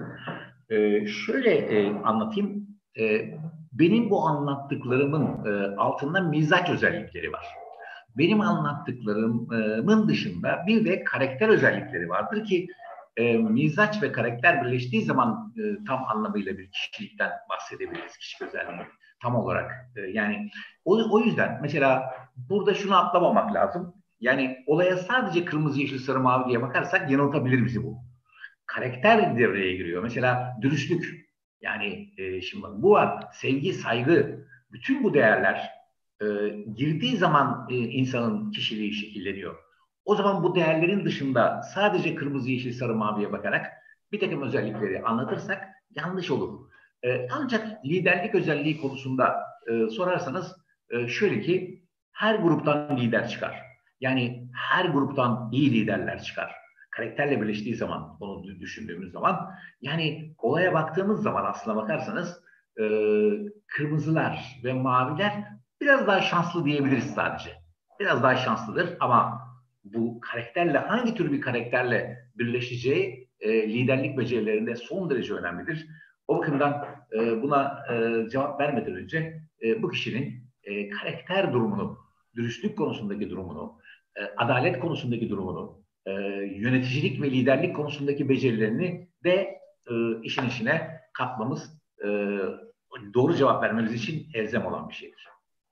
Ee, şöyle e, anlatayım. Ee, benim bu anlattıklarımın e, altında mizaç özellikleri var. Benim anlattıklarımın dışında bir de karakter özellikleri vardır ki e, mizaç ve karakter birleştiği zaman e, tam anlamıyla bir kişilikten bahsedebiliriz. Kişilik özelliği tam olarak. E, yani o, o yüzden mesela burada şunu atlamamak lazım. Yani olaya sadece kırmızı, yeşil, sarı, mavi diye bakarsak yanıltabilir bizi bu. Karakter devreye giriyor. Mesela dürüstlük. Yani e, şimdi bu var. Sevgi, saygı. Bütün bu değerler e, girdiği zaman e, insanın kişiliği şekilleniyor. O zaman bu değerlerin dışında sadece kırmızı, yeşil, sarı, maviye bakarak bir takım özellikleri anlatırsak yanlış olur. E, ancak liderlik özelliği konusunda e, sorarsanız e, şöyle ki her gruptan lider çıkar. Yani her gruptan iyi liderler çıkar. Karakterle birleştiği zaman, onu düşündüğümüz zaman, yani olaya baktığımız zaman aslına bakarsanız e, kırmızılar ve maviler biraz daha şanslı diyebiliriz sadece. Biraz daha şanslıdır ama bu karakterle, hangi tür bir karakterle birleşeceği e, liderlik becerilerinde son derece önemlidir. O bakımdan e, buna e, cevap vermeden önce e, bu kişinin e, karakter durumunu, dürüstlük konusundaki durumunu, e, adalet konusundaki durumunu, e, yöneticilik ve liderlik konusundaki becerilerini de e, işin içine katmamız e, doğru cevap vermemiz için elzem olan bir şeydir.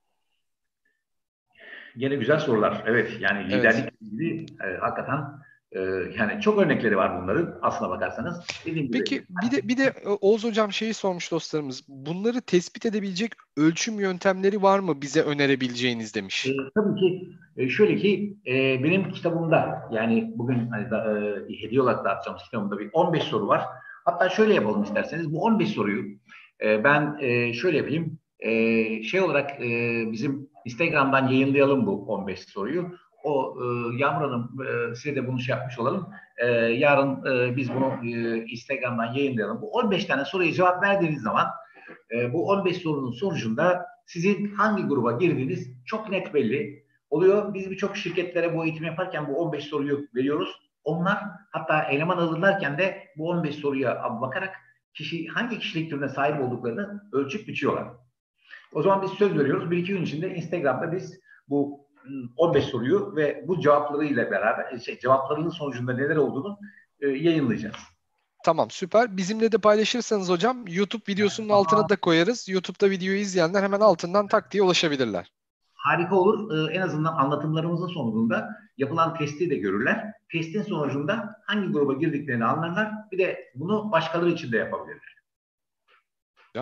Gene güzel sorular. Evet, yani Evet. liderlik ilgili e, hakikaten e, yani çok örnekleri var bunların aslına bakarsanız. Dediğim gibi Peki bir de bir de e, Oğuz hocam şeyi sormuş dostlarımız. Bunları tespit edebilecek ölçüm yöntemleri var mı bize önerebileceğiniz E, demiş. tabii ki e, şöyle ki e, benim kitabımda yani bugün hani da, e, hediye olarak dağıtacağımız kitabımda bir on beş soru var. Hatta şöyle yapalım isterseniz bu on beş soruyu e, ben e, şöyle yapayım. E, şey olarak e, bizim Instagram'dan yayınlayalım bu on beş soruyu. O e, Yağmur Hanım e, size de bunu şey yapmış olalım. E, yarın e, biz bunu e, Instagram'dan yayınlayalım. Bu on beş tane soruya cevap verdiğiniz zaman e, bu on beş sorunun sonucunda sizin hangi gruba girdiğiniz çok net belli oluyor. Biz birçok şirketlere bu eğitim yaparken bu on beş soruyu veriyoruz. Onlar hatta eleman alırlarken de bu on beş soruya bakarak kişi hangi kişilik türüne sahip olduklarını ölçüp biçiyorlar. O zaman biz söz veriyoruz. Bir iki gün içinde Instagram'da biz bu on beş soruyu ve bu cevaplarıyla beraber şey, cevaplarının sonucunda neler olduğunu e, yayınlayacağız. Tamam, süper. Bizimle de paylaşırsanız hocam YouTube videosunun altına da koyarız. YouTube'da videoyu izleyenler hemen altından tak diye ulaşabilirler. Harika olur. Ee, en azından anlatımlarımızın sonunda yapılan testi de görürler. Testin sonucunda hangi gruba girdiklerini anlarlar. Bir de bunu başkaları için de yapabilirler. Ya.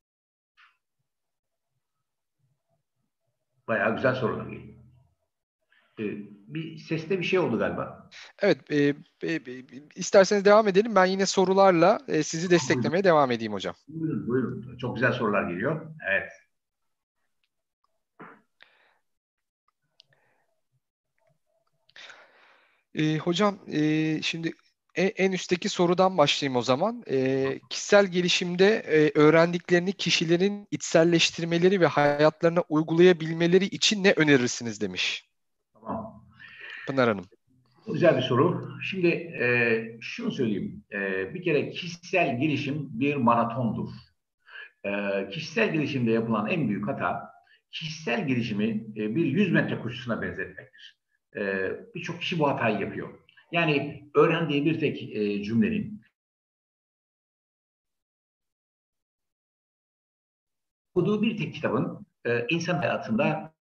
Bayağı güzel sorular geliyor. Ee, bir seste bir şey oldu galiba. Evet, e, e, e, isterseniz devam edelim. Ben yine sorularla e, sizi Buyurun, desteklemeye devam edeyim hocam. buyurun, buyurun. Çok güzel sorular geliyor. Evet. E, hocam e, şimdi en, en üstteki sorudan başlayayım o zaman. E, kişisel gelişimde e, öğrendiklerini kişilerin içselleştirmeleri ve hayatlarına uygulayabilmeleri için ne önerirsiniz demiş Tamam. Pınar Hanım. Güzel bir soru. Şimdi e, şunu söyleyeyim. E, bir kere kişisel gelişim bir maratondur. E, kişisel gelişimde yapılan en büyük hata kişisel gelişimi e, bir yüz metre koşusuna benzetmektir. E, Birçok kişi bu hatayı yapıyor. Yani öğrendiği bir tek e, cümlenin, okuduğu bir tek kitabın e, insan hayatında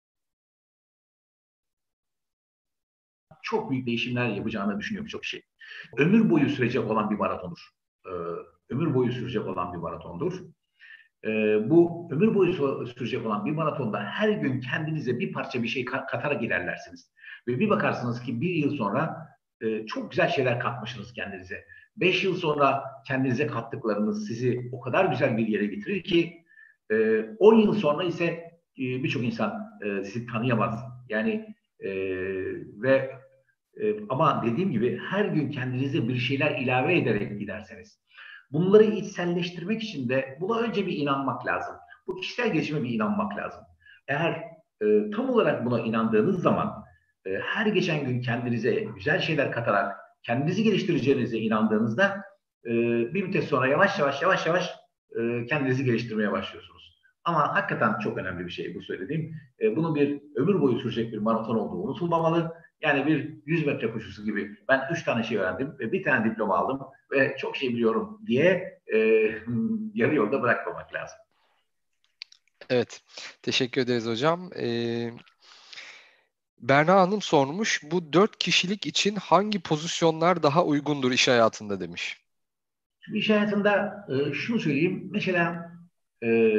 çok büyük değişimler yapacağını düşünüyor birçok kişi. Ömür boyu sürecek olan bir maratondur. E, ömür boyu sürecek olan bir maratondur. E, bu ömür boyu sürecek olan bir maratonda her gün kendinize bir parça bir şey katarak ilerlersiniz. Ve bir bakarsınız ki bir yıl sonra e, çok güzel şeyler katmışsınız kendinize. beş yıl sonra kendinize kattıklarınız sizi o kadar güzel bir yere getirir ki e, on yıl sonra ise e, birçok insan e, sizi tanıyamaz. Yani e, ve e, ama dediğim gibi her gün kendinize bir şeyler ilave ederek giderseniz, bunları içselleştirmek için de buna önce bir inanmak lazım. Bu kişisel gelişime bir inanmak lazım. Eğer e, tam olarak buna inandığınız zaman e, her geçen gün kendinize güzel şeyler katarak kendinizi geliştireceğinize inandığınızda e, bir müddet sonra yavaş yavaş yavaş yavaş e, kendinizi geliştirmeye başlıyorsunuz. Ama hakikaten çok önemli bir şey bu söylediğim. E, bunun bir ömür boyu sürecek bir maraton olduğu unutulmamalı. Yani bir yüz metre koşusu gibi ben üç tane şey öğrendim ve bir tane diploma aldım ve çok şey biliyorum diye e, yarı yolda bırakmamak lazım. Evet, teşekkür ederiz hocam. Ee, Berna Hanım sormuş, bu dört kişilik için hangi pozisyonlar daha uygundur iş hayatında demiş. Şimdi iş hayatında e, şunu söyleyeyim. Mesela e,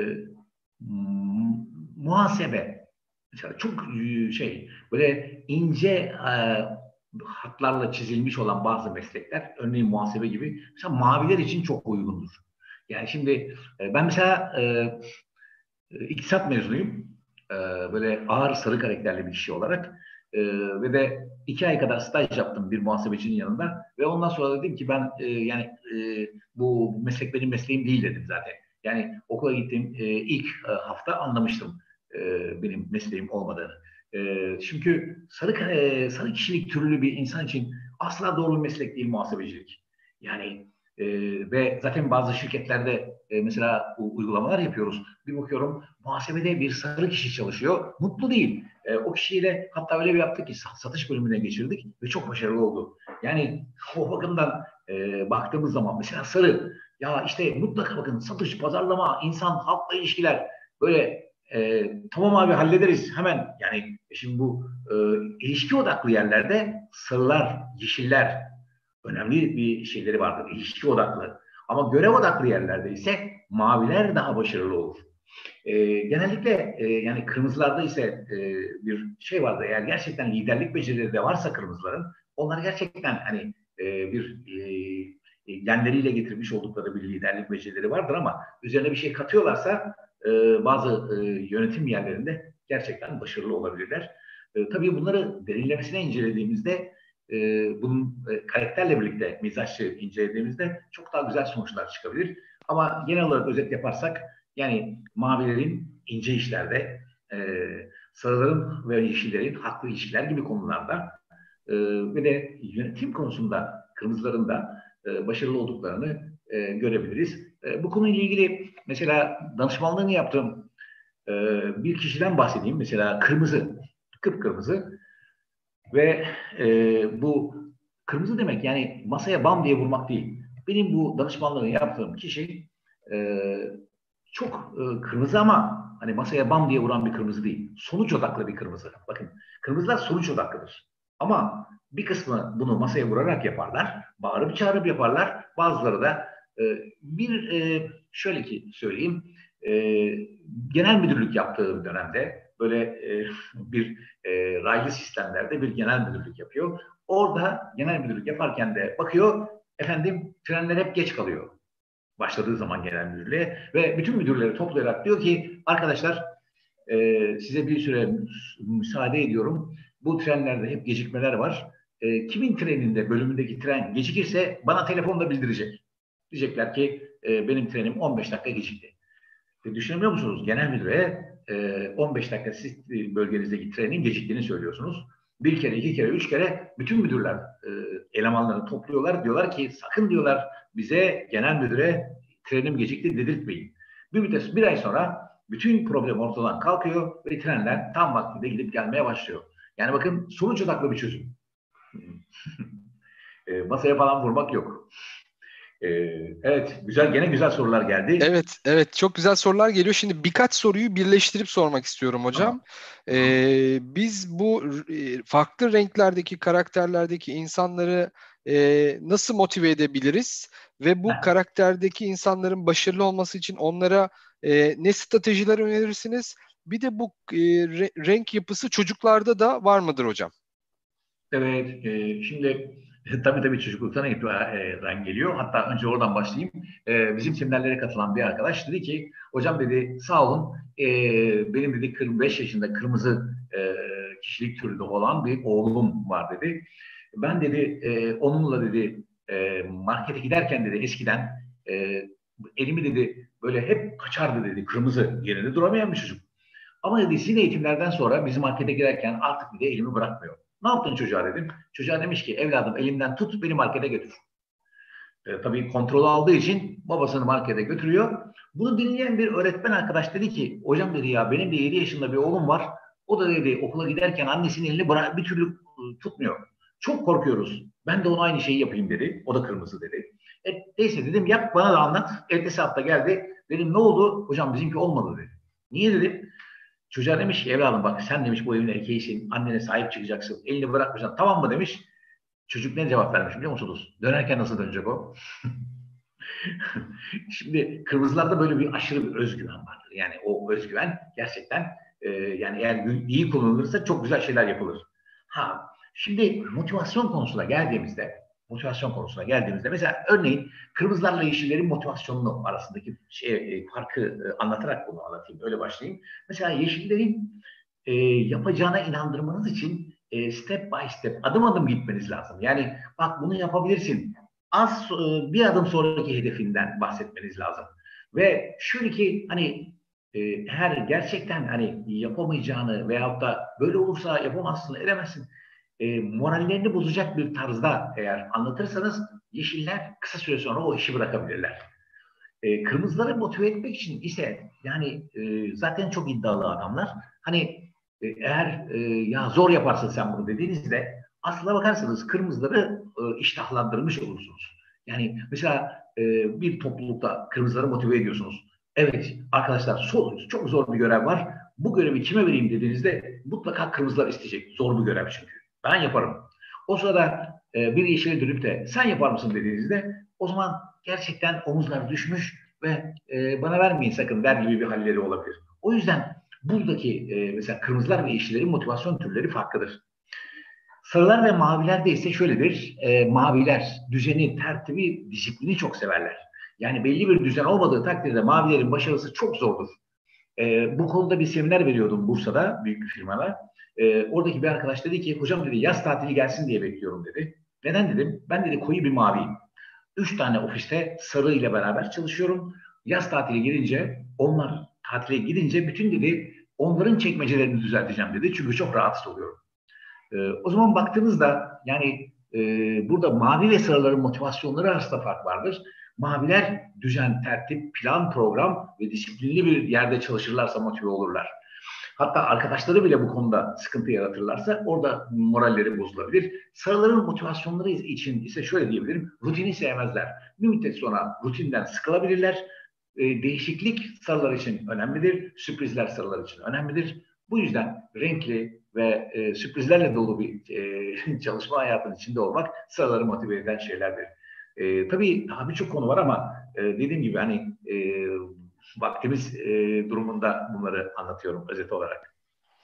muhasebe. Mesela çok e, şey böyle ince e, hatlarla çizilmiş olan bazı meslekler, örneğin muhasebe gibi, mesela maviler için çok uygundur. Yani şimdi e, ben mesela e, iktisat mezunuyum. E, böyle ağır sarı karakterli bir kişi olarak. E, ve de iki ay kadar staj yaptım bir muhasebecinin yanında. Ve ondan sonra dedim ki ben e, yani e, bu meslek benim mesleğim değil dedim zaten. Yani okula gittiğim e, ilk e, hafta anlamıştım e, benim mesleğim olmadığını. E, çünkü sarı, e, sarı kişilik türlü bir insan için asla doğru bir meslek değil muhasebecilik. Yani e, ve zaten bazı şirketlerde e, mesela bu uygulamalar yapıyoruz. Bir bakıyorum muhasebede bir sarı kişi çalışıyor. Mutlu değil. E, o kişiyle hatta öyle bir yaptık ki satış bölümüne geçirdik ve çok başarılı oldu. Yani o bakımdan e, baktığımız zaman mesela sarı, ya işte mutlaka bakın satış, pazarlama, insan, halkla ilişkiler, böyle e, tamam abi hallederiz hemen. Yani şimdi bu e, ilişki odaklı yerlerde sarılar, yeşiller önemli bir şeyleri vardır. İlişki odaklı. Ama görev odaklı yerlerde ise maviler daha başarılı olur. E, genellikle e, yani kırmızılarda ise e, bir şey vardı. Eğer gerçekten liderlik becerileri de varsa kırmızıların, onlar gerçekten hani e, bir e, genleriyle getirmiş oldukları bir liderlik becerileri vardır ama üzerine bir şey katıyorlarsa e, bazı e, yönetim yerlerinde gerçekten başarılı olabilirler. E, tabii bunları derinlemesine incelediğimizde e, bunun e, karakterle birlikte mizaçlı incelediğimizde çok daha güzel sonuçlar çıkabilir. Ama genel olarak özet yaparsak yani mavilerin ince işlerde, e, sarıların ve yeşillerin haklı ilişkiler gibi konularda e, ve de yönetim konusunda kırmızıların da e, başarılı olduklarını e, görebiliriz. E, bu konuyla ilgili mesela danışmanlığını yaptığım e, bir kişiden bahsedeyim. Mesela kırmızı, kıpkırmızı ve e, bu kırmızı demek yani masaya bam diye vurmak değil. Benim bu danışmanlığını yaptığım kişi e, çok e, kırmızı ama hani masaya bam diye vuran bir kırmızı değil. Sonuç odaklı bir kırmızı. Bakın kırmızılar sonuç odaklıdır. Ama bir kısmı bunu masaya vurarak yaparlar. Bağırıp çağırıp yaparlar. Bazıları da e, bir e, şöyle ki söyleyeyim. E, genel müdürlük yaptığı dönemde böyle e, bir e, raylı sistemlerde bir genel müdürlük yapıyor. Orada genel müdürlük yaparken de bakıyor efendim trenler hep geç kalıyor başladığı zaman genel müdürlüğe ve bütün müdürleri toplayarak diyor ki arkadaşlar e, size bir süre müsaade ediyorum. Bu trenlerde hep gecikmeler var. E, kimin treninde bölümündeki tren gecikirse bana telefonla bildirecek. Diyecekler ki e, benim trenim on beş dakika gecikti. E, düşünebiliyor musunuz? Genel müdüre e, on beş dakika siz bölgenizdeki trenin geciktiğini söylüyorsunuz. Bir kere, iki kere, üç kere bütün müdürler e, elemanlarını topluyorlar. Diyorlar ki sakın diyorlar bize genel müdüre trenim gecikti dedirtmeyin. Bir, müddet, bir ay sonra bütün problem ortadan kalkıyor ve trenler tam vaktinde gidip gelmeye başlıyor. Yani bakın sonuç odaklı bir çözüm. e, masaya falan vurmak yok. E, evet, güzel gene güzel sorular geldi. Evet, evet çok güzel sorular geliyor. Şimdi birkaç soruyu birleştirip sormak istiyorum Tamam. hocam. Tamam. Ee, biz bu e, farklı renklerdeki karakterlerdeki insanları e, nasıl motive edebiliriz? Ve bu Heh. karakterdeki insanların başarılı olması için onlara e, ne stratejiler önerirsiniz? Bir de bu e, re- renk yapısı çocuklarda da var mıdır hocam? Evet, e, şimdi Tabii tabii çocukluktan itibaren geliyor. Hatta önce oradan başlayayım. Ee, bizim seminerlere katılan bir arkadaş dedi ki, hocam dedi sağ olun, e, benim dedi kırk beş yaşında kırmızı e, kişilik türünde olan bir oğlum var dedi. Ben dedi e, onunla dedi e, markete giderken dedi eskiden e, elimi dedi böyle hep kaçardı dedi, kırmızı yerinde duramayan bir çocuk. Ama dedi sizin eğitimlerden sonra bizim markete girerken artık bir de elimi bırakmıyor. Ne yaptın çocuğa dedim. Çocuğa demiş ki evladım elimden tut beni markete götür. E, tabii kontrol aldığı için babasını markete götürüyor. Bunu dinleyen bir öğretmen arkadaş dedi ki hocam dedi ya benim de yedi yaşında bir oğlum var. O da dedi okula giderken annesinin elini bırak, bir türlü e, tutmuyor. Çok korkuyoruz. Ben de ona aynı şeyi yapayım dedi. O da kırmızı dedi. E, neyse dedim yap bana da anlat. Ertesi hafta geldi. Dedim ne oldu? Hocam bizimki olmadı dedi. Niye dedim? Çocuğa demiş ki evladım bak sen demiş bu evin erkeğisin. Annene sahip çıkacaksın. Elini bırakmayacaksın. Tamam mı demiş. Çocuk ne cevap vermiş biliyor musunuz? Dönerken nasıl dönecek o? Şimdi kırmızılarda böyle bir aşırı bir özgüven vardır. Yani o özgüven gerçekten e, yani eğer iyi kullanılırsa çok güzel şeyler yapılır. Ha, şimdi motivasyon konusuna geldiğimizde motivasyon konusuna geldiğimizde mesela örneğin kırmızılarla yeşillerin motivasyonu arasındaki şey, e, farkı e, anlatarak bunu anlatayım. Öyle başlayayım. Mesela yeşillerin e, yapacağına inandırmanız için e, step by step, adım adım gitmeniz lazım. Yani bak bunu yapabilirsin. Az e, bir adım sonraki hedefinden bahsetmeniz lazım. Ve şöyle ki hani e, eğer gerçekten hani yapamayacağını veyahut da böyle olursa yapamazsın, edemezsin. E, morallerini bozacak bir tarzda eğer anlatırsanız yeşiller kısa süre sonra o işi bırakabilirler. E, kırmızıları motive etmek için ise yani e, zaten çok iddialı adamlar. Hani e, eğer e, ya zor yaparsın sen bunu dediğinizde aslına bakarsanız kırmızıları e, iştahlandırmış olursunuz. Yani mesela e, bir toplulukta kırmızıları motive ediyorsunuz. Evet arkadaşlar zor, çok zor bir görev var. Bu görevi kime vereyim dediğinizde mutlaka kırmızılar isteyecek. Zor bir görev çünkü. Ben yaparım. O sırada e, bir yeşile dönüp de sen yapar mısın dediğinizde o zaman gerçekten omuzlar düşmüş ve e, bana vermeyin sakın der gibi bir halleri olabilir. O yüzden buradaki e, mesela kırmızılar ve yeşillerin motivasyon türleri farklıdır. Sarılar ve mavilerde ise şöyledir. E, maviler düzeni, tertibi, disiplini çok severler. Yani belli bir düzen olmadığı takdirde mavilerin başarısı çok zordur. E, bu konuda bir seminer veriyordum Bursa'da büyük bir firmada. E, oradaki bir arkadaş dedi ki hocam dedi yaz tatili gelsin diye bekliyorum dedi. Neden dedim? Ben dedi koyu bir maviyim. Üç tane ofiste sarı ile beraber çalışıyorum. Yaz tatili gelince onlar tatile gidince bütün dedi onların çekmecelerini düzelteceğim dedi. Çünkü çok rahatsız oluyorum. Ee, o zaman baktığınızda yani e, burada mavi ve sarıların motivasyonları arasında fark vardır. Maviler düzen, tertip, plan, program ve disiplinli bir yerde çalışırlarsa motive olurlar. Hatta arkadaşları bile bu konuda sıkıntı yaratırlarsa orada moralleri bozulabilir. Sarıların motivasyonları için ise şöyle diyebilirim. Rutini sevmezler. Bir müddet sonra rutinden sıkılabilirler. E, değişiklik sarılar için önemlidir. Sürprizler sarılar için önemlidir. Bu yüzden renkli ve e, sürprizlerle dolu bir e, çalışma hayatının içinde olmak sarıları motive eden şeylerdir. E, tabii daha birçok konu var ama e, dediğim gibi hani e, vaktimiz e, durumunda bunları anlatıyorum özet olarak.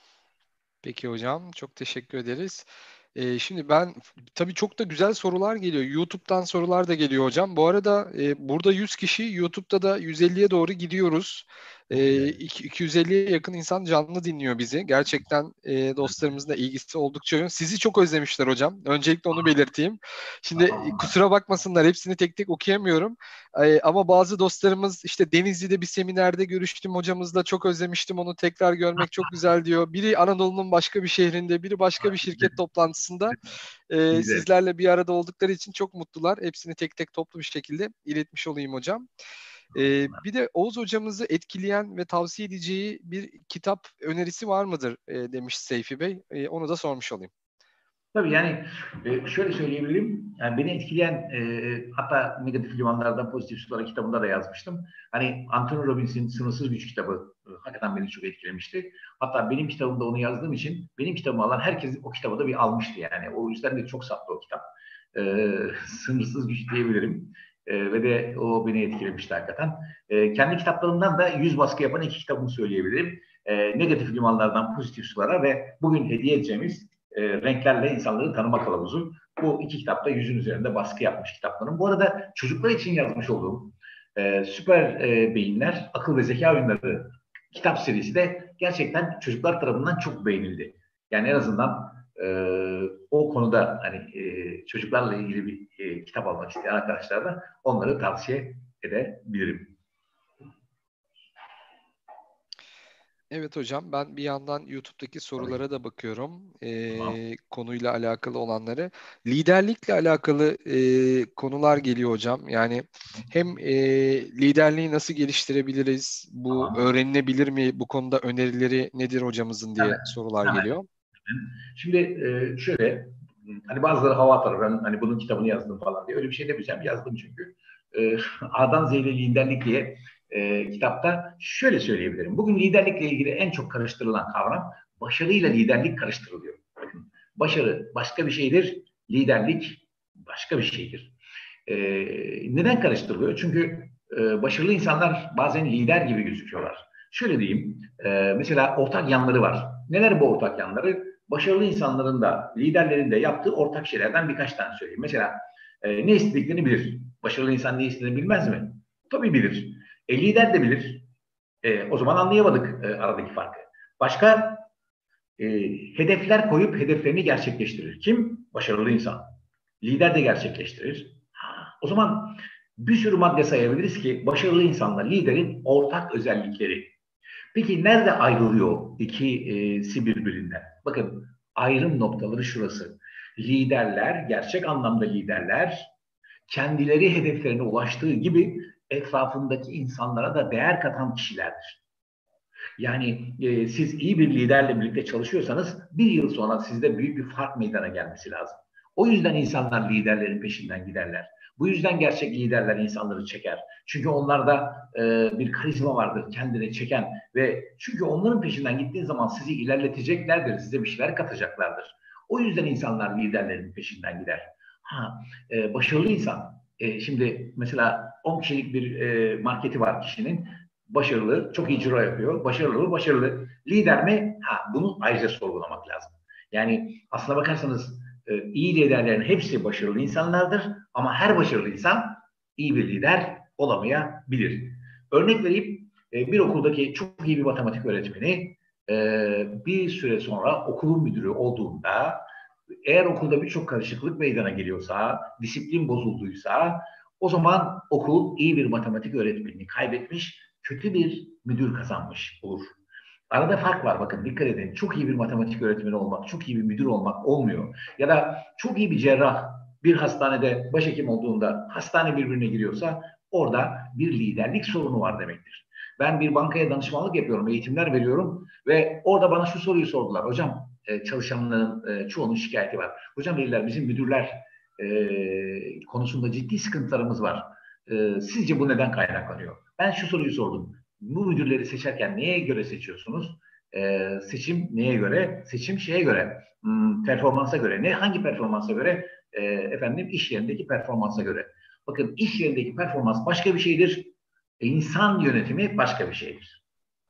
Peki hocam, çok teşekkür ederiz. Ee, şimdi ben tabii çok da güzel sorular geliyor. YouTube'dan sorular da geliyor hocam. Bu arada e, burada yüz kişi, YouTube'da da yüz elliye doğru gidiyoruz. Çok E, güzel. iki yüz elliye yakın insan canlı dinliyor bizi. Gerçekten e, dostlarımızın da ilgisi oldukça yoğun. Sizi çok özlemişler hocam. Öncelikle onu belirteyim. Şimdi e, Tamam. kusura bakmasınlar, hepsini tek tek okuyamıyorum. E, ama bazı dostlarımız işte Denizli'de bir seminerde görüştüm hocamızla, çok özlemiştim onu tekrar görmek çok güzel diyor. Biri Anadolu'nun başka bir şehrinde, biri başka bir şirket toplantısında e, Güzel. sizlerle bir arada oldukları için çok mutlular. Hepsini tek tek toplu bir şekilde iletmiş olayım hocam. E, bir de Oğuz hocamızı etkileyen ve tavsiye edeceği bir kitap önerisi var mıdır e, demiş Seyfi Bey. E, onu da sormuş olayım. Tabii yani e, şöyle söyleyebilirim. Yani beni etkileyen e, hatta negatif limanlardan pozitif sulara kitabında da yazmıştım. Hani Anthony Robbins'in Sınırsız Güç kitabı e, hakikaten beni çok etkilemişti. Hatta benim kitabımda onu yazdığım için benim kitabımı alan herkes o kitabı da bir almıştı yani. O yüzden de çok sattı o kitap. E, Sınırsız Güç diyebilirim. E, ve de o beni etkilemişti hakikaten. E, kendi kitaplarımdan da yüz baskı yapan iki kitabımı söyleyebilirim. E, negatif limanlardan pozitif sulara ve bugün hediye edeceğimiz e, renklerle insanları tanıma kılavuzu. Bu iki kitapta yüzün üzerinde baskı yapmış kitaplarım. Bu arada çocuklar için yazmış olduğum e, Süper e, Beyinler, Akıl ve Zeka Oyunları kitap serisi de gerçekten çocuklar tarafından çok beğenildi. Yani en azından e, o konuda hani e, çocuklarla ilgili bir e, kitap almak isteyen arkadaşlar da onları tavsiye edebilirim. Evet hocam, ben bir yandan YouTube'daki Tabii. sorulara da bakıyorum. Tamam. Ee, konuyla alakalı olanları. Liderlikle alakalı e, konular geliyor hocam. Yani hem e, liderliği nasıl geliştirebiliriz? Bu Tamam. öğrenilebilir mi? Bu konuda önerileri nedir hocamızın diye Hemen. sorular Hemen. geliyor. Şimdi e, şöyle, hani bazıları hava atar, ben hani bunun kitabını yazdım falan diye. Öyle bir şey demeyeceğim. Yazdım çünkü. E, A'dan Z'ye liderlik diye e, kitapta şöyle söyleyebilirim. Bugün liderlikle ilgili en çok karıştırılan kavram, başarıyla liderlik karıştırılıyor. Bakın, başarı başka bir şeydir, liderlik başka bir şeydir. E, Neden karıştırılıyor? Çünkü e, başarılı insanlar bazen lider gibi gözüküyorlar. Şöyle diyeyim, e, mesela ortak yanları var. Neler bu ortak yanları? Başarılı insanların da liderlerin de yaptığı ortak şeylerden birkaç tane söyleyeyim. Mesela e, ne istediklerini bilir. Başarılı insan ne istediğini bilmez mi? Tabii bilir. E, lider de bilir. E, o zaman anlayamadık e, aradaki farkı. Başka e, hedefler koyup hedeflerini gerçekleştirir. Kim? Başarılı insan. Lider de gerçekleştirir. Ha, o zaman bir sürü madde sayabiliriz ki başarılı insanla liderin ortak özellikleri. Peki nerede ayrılıyor ikisi birbirinden? Bakın, ayrım noktaları şurası. Liderler, gerçek anlamda liderler, kendileri hedeflerine ulaştığı gibi etrafındaki insanlara da değer katan kişilerdir. Yani e, siz iyi bir liderle birlikte çalışıyorsanız bir yıl sonra sizde büyük bir fark meydana gelmesi lazım. O yüzden insanlar liderlerin peşinden giderler. Bu yüzden gerçek liderler insanları çeker. Çünkü onlarda e, bir karizma vardır kendini çeken ve çünkü onların peşinden gittiğin zaman sizi ilerleteceklerdir, size bir şeyler katacaklardır. O yüzden insanlar liderlerin peşinden gider. Ha, e, başarılı insan. E, şimdi mesela on kişilik bir e, marketi var kişinin, başarılı, çok iyi ciro yapıyor. Başarılı mı? Başarılı. Lider mi? Ha, bunu ayrıca sorgulamak lazım. Yani aslına bakarsanız e, iyi liderlerin hepsi başarılı insanlardır ama her başarılı insan iyi bir lider olamayabilir. Örnek vereyim, e, bir okuldaki çok iyi bir matematik öğretmeni e, bir süre sonra okulun müdürü olduğunda, eğer okulda birçok karışıklık meydana geliyorsa, disiplin bozulduysa, o zaman okul iyi bir matematik öğretmenini kaybetmiş, kötü bir müdür kazanmış olur. Arada fark var, bakın dikkat edin. Çok iyi bir matematik öğretmeni olmak, çok iyi bir müdür olmak olmuyor. Ya da çok iyi bir cerrah bir hastanede başhekim olduğunda hastane birbirine giriyorsa orada bir liderlik sorunu var demektir. Ben bir bankaya danışmanlık yapıyorum, eğitimler veriyorum ve orada bana şu soruyu sordular. Hocam, e, çalışanların e, çoğunun şikayeti var. Hocam dediler, bizim müdürler e, konusunda ciddi sıkıntılarımız var. E, sizce bu neden kaynaklanıyor? Ben şu soruyu sordum. Bu müdürleri seçerken neye göre seçiyorsunuz? E, seçim neye göre? Seçim şeye göre, hmm, performansa göre. Ne? Hangi performansa göre? E, efendim, iş yerindeki performansa göre. Bakın, iş yerindeki performans başka bir şeydir. E, insan yönetimi başka bir şeydir.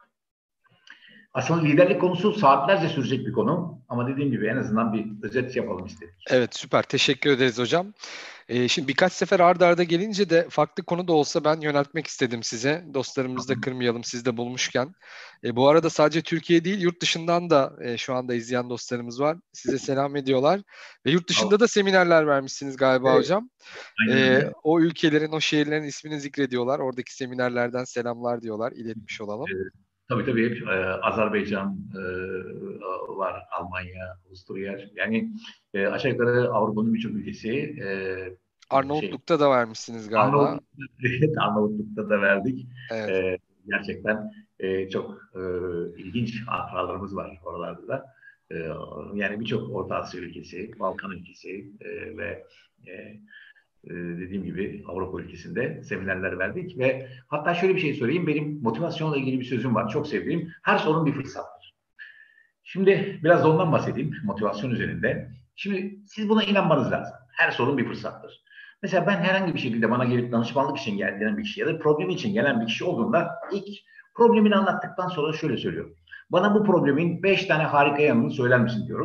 Aslında liderlik konusu saatlerce sürecek bir konu. Ama dediğim gibi en azından bir özet yapalım istedik. Evet, süper. Teşekkür ederiz hocam. Ee, şimdi birkaç sefer arda arda gelince de farklı konu da olsa ben yöneltmek istedim size. Dostlarımızı da kırmayalım siz de bulmuşken. E, bu arada sadece Türkiye değil, yurt dışından da e, şu anda izleyen dostlarımız var. Size selam ediyorlar. Ve yurt dışında da seminerler vermişsiniz galiba Evet, hocam. aynen E, öyle. o ülkelerin, o şehirlerin ismini zikrediyorlar. Oradaki seminerlerden selamlar diyorlar. İletmiş E, olalım. tabii tabii hep e, Azerbaycan e, var, Almanya, Avusturya. Yani e, aşağı yukarı Avrupa'nın birçok ülkesi e, şey Arnavutluk'ta da vermişsiniz galiba. Arnavutluk'ta, evet, Arnavutluk'ta da verdik. Evet. E, gerçekten e, çok e, ilginç hatıralarımız var oralarda da. E, Yani birçok Orta Asya ülkesi, Balkan ülkesi e, ve e, e, dediğim gibi Avrupa ülkesinde seminerler verdik ve hatta şöyle bir şey söyleyeyim, benim motivasyonla ilgili bir sözüm var, çok sevdiğim: her sorun bir fırsattır. Şimdi biraz da ondan bahsedeyim, motivasyon üzerinde. Şimdi siz buna inanmanız lazım. Her sorun bir fırsattır. Mesela ben herhangi bir şekilde bana gelip danışmanlık için gelen bir kişi ya da problemi için gelen bir kişi olduğunda ilk problemini anlattıktan sonra şöyle söylüyorum: bana bu problemin beş tane harika yanını söyler misin diyorum.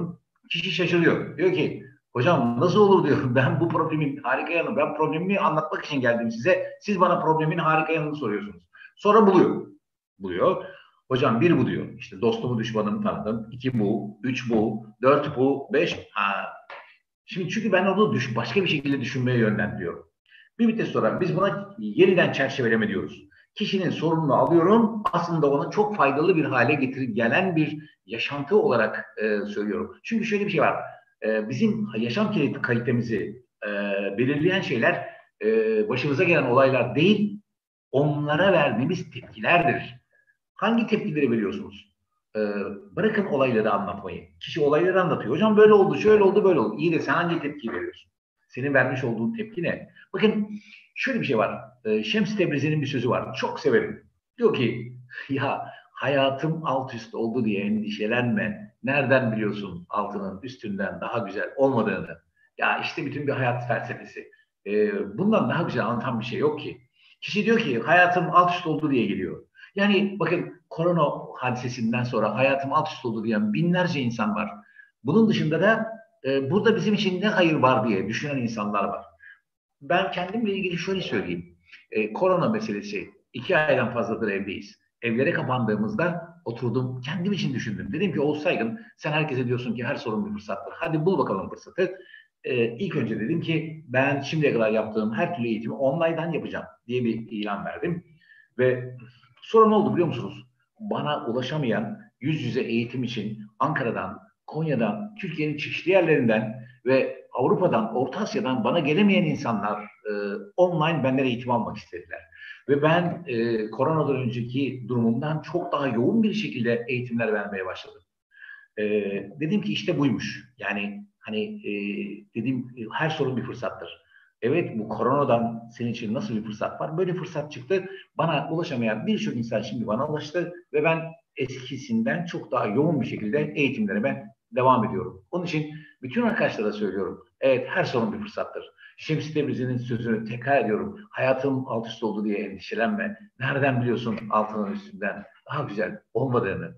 Kişi şaşırıyor. Diyor ki hocam nasıl olur diyor. Ben bu problemin harika yanı, ben problemimi anlatmak için geldim size. Siz bana problemin harika yanını soruyorsunuz. Sonra buluyor. Buluyor. Hocam bir bu diyor. İşte dostumu düşmanımı tanıdım. İki bu, üç bu, dört bu, beş. Ha. Şimdi çünkü ben onu düş başka bir şekilde düşünmeye yönlendiriyorum. Bir müddet sonra biz buna yeniden çerçeveleme diyoruz. Kişinin sorununu alıyorum, aslında ona çok faydalı bir hale getirip gelen bir yaşantı olarak e, söylüyorum. Çünkü şöyle bir şey var, e, bizim yaşam kalitemizi e, belirleyen şeyler e, başımıza gelen olaylar değil, onlara verdiğimiz tepkilerdir. Hangi tepkileri veriyorsunuz? Ee, bırakın olayları anlatmayı. Kişi olayları anlatıyor. Hocam böyle oldu, şöyle oldu, böyle oldu. İyi de sen hangi tepkiyi veriyorsun? Senin vermiş olduğun tepki ne? Bakın şöyle bir şey var. Ee, Şems Tebrizi'nin bir sözü var. Çok severim. Diyor ki ya hayatım alt üst oldu diye endişelenme. Nereden biliyorsun altının üstünden daha güzel olmadığını? Ya işte bütün bir hayat felsefesi. Ee, bundan daha güzel anlatan bir şey yok ki. Kişi diyor ki hayatım alt üst oldu diye geliyor. Yani bakın korona hadisesinden sonra hayatım alt üst oldu diyen binlerce insan var. Bunun dışında da e, burada bizim için ne hayır var diye düşünen insanlar var. Ben kendimle ilgili şöyle söyleyeyim. E, korona meselesi iki aydan fazladır evdeyiz. Evlere kapandığımızda oturdum kendim için düşündüm. Dedim ki Oğuz Saygın sen herkese diyorsun ki her sorun bir fırsattır. Hadi bul bakalım fırsatı. E, ilk önce dedim ki ben şimdiye kadar yaptığım her türlü eğitimi online'dan yapacağım diye bir ilan verdim. Ve sonra ne oldu biliyor musunuz? Bana ulaşamayan yüz yüze eğitim için Ankara'dan, Konya'dan, Türkiye'nin çeşitli yerlerinden ve Avrupa'dan, Orta Asya'dan bana gelemeyen insanlar e, online benden eğitim almak istediler. Ve ben e, koronadan önceki durumumdan çok daha yoğun bir şekilde eğitimler vermeye başladım. E, dedim ki işte buymuş. Yani hani e, dedim her sorun bir fırsattır. Evet bu koronadan senin için nasıl bir fırsat var? Böyle fırsat çıktı. Bana ulaşamayan birçok insan şimdi bana ulaştı ve ben eskisinden çok daha yoğun bir şekilde eğitimlerime devam ediyorum. Onun için bütün arkadaşlara söylüyorum. Evet her sorun bir fırsattır. Şems Tebrizi'nin sözünü tekrar ediyorum. Hayatım alt üst oldu diye endişelenme. Nereden biliyorsun altının üstünden daha güzel olmadığını?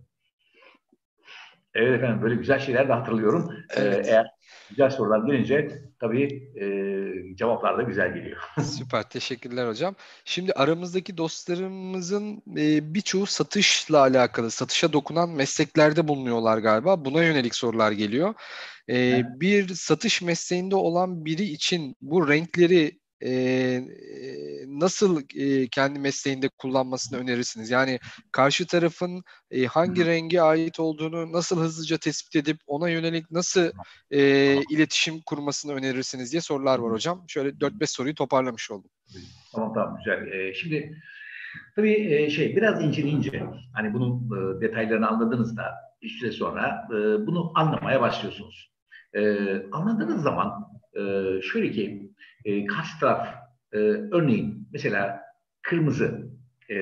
Evet efendim böyle güzel şeyler de hatırlıyorum. Ee, Evet. eğer güzel sorular gelince tabii e, cevaplar da güzel geliyor. Süper, teşekkürler hocam. Şimdi aramızdaki dostlarımızın e, birçoğu satışla alakalı, satışa dokunan mesleklerde bulunuyorlar galiba. Buna yönelik sorular geliyor. E, bir satış mesleğinde olan biri için bu renkleri e, e, nasıl e, kendi mesleğinde kullanmasını önerirsiniz? Yani karşı tarafın e, hangi renge ait olduğunu nasıl hızlıca tespit edip ona yönelik nasıl e, iletişim kurmasını önerirsiniz diye sorular var hocam. Şöyle dört beş soruyu toparlamış oldum. Tamam tamam güzel. Ee, şimdi tabii e, şey biraz inceleyince hani bunun e, detaylarını anladığınızda bir süre sonra e, bunu anlamaya başlıyorsunuz. E, anladığınız zaman e, şöyle ki e, karşı taraf e, örneğin mesela kırmızı e,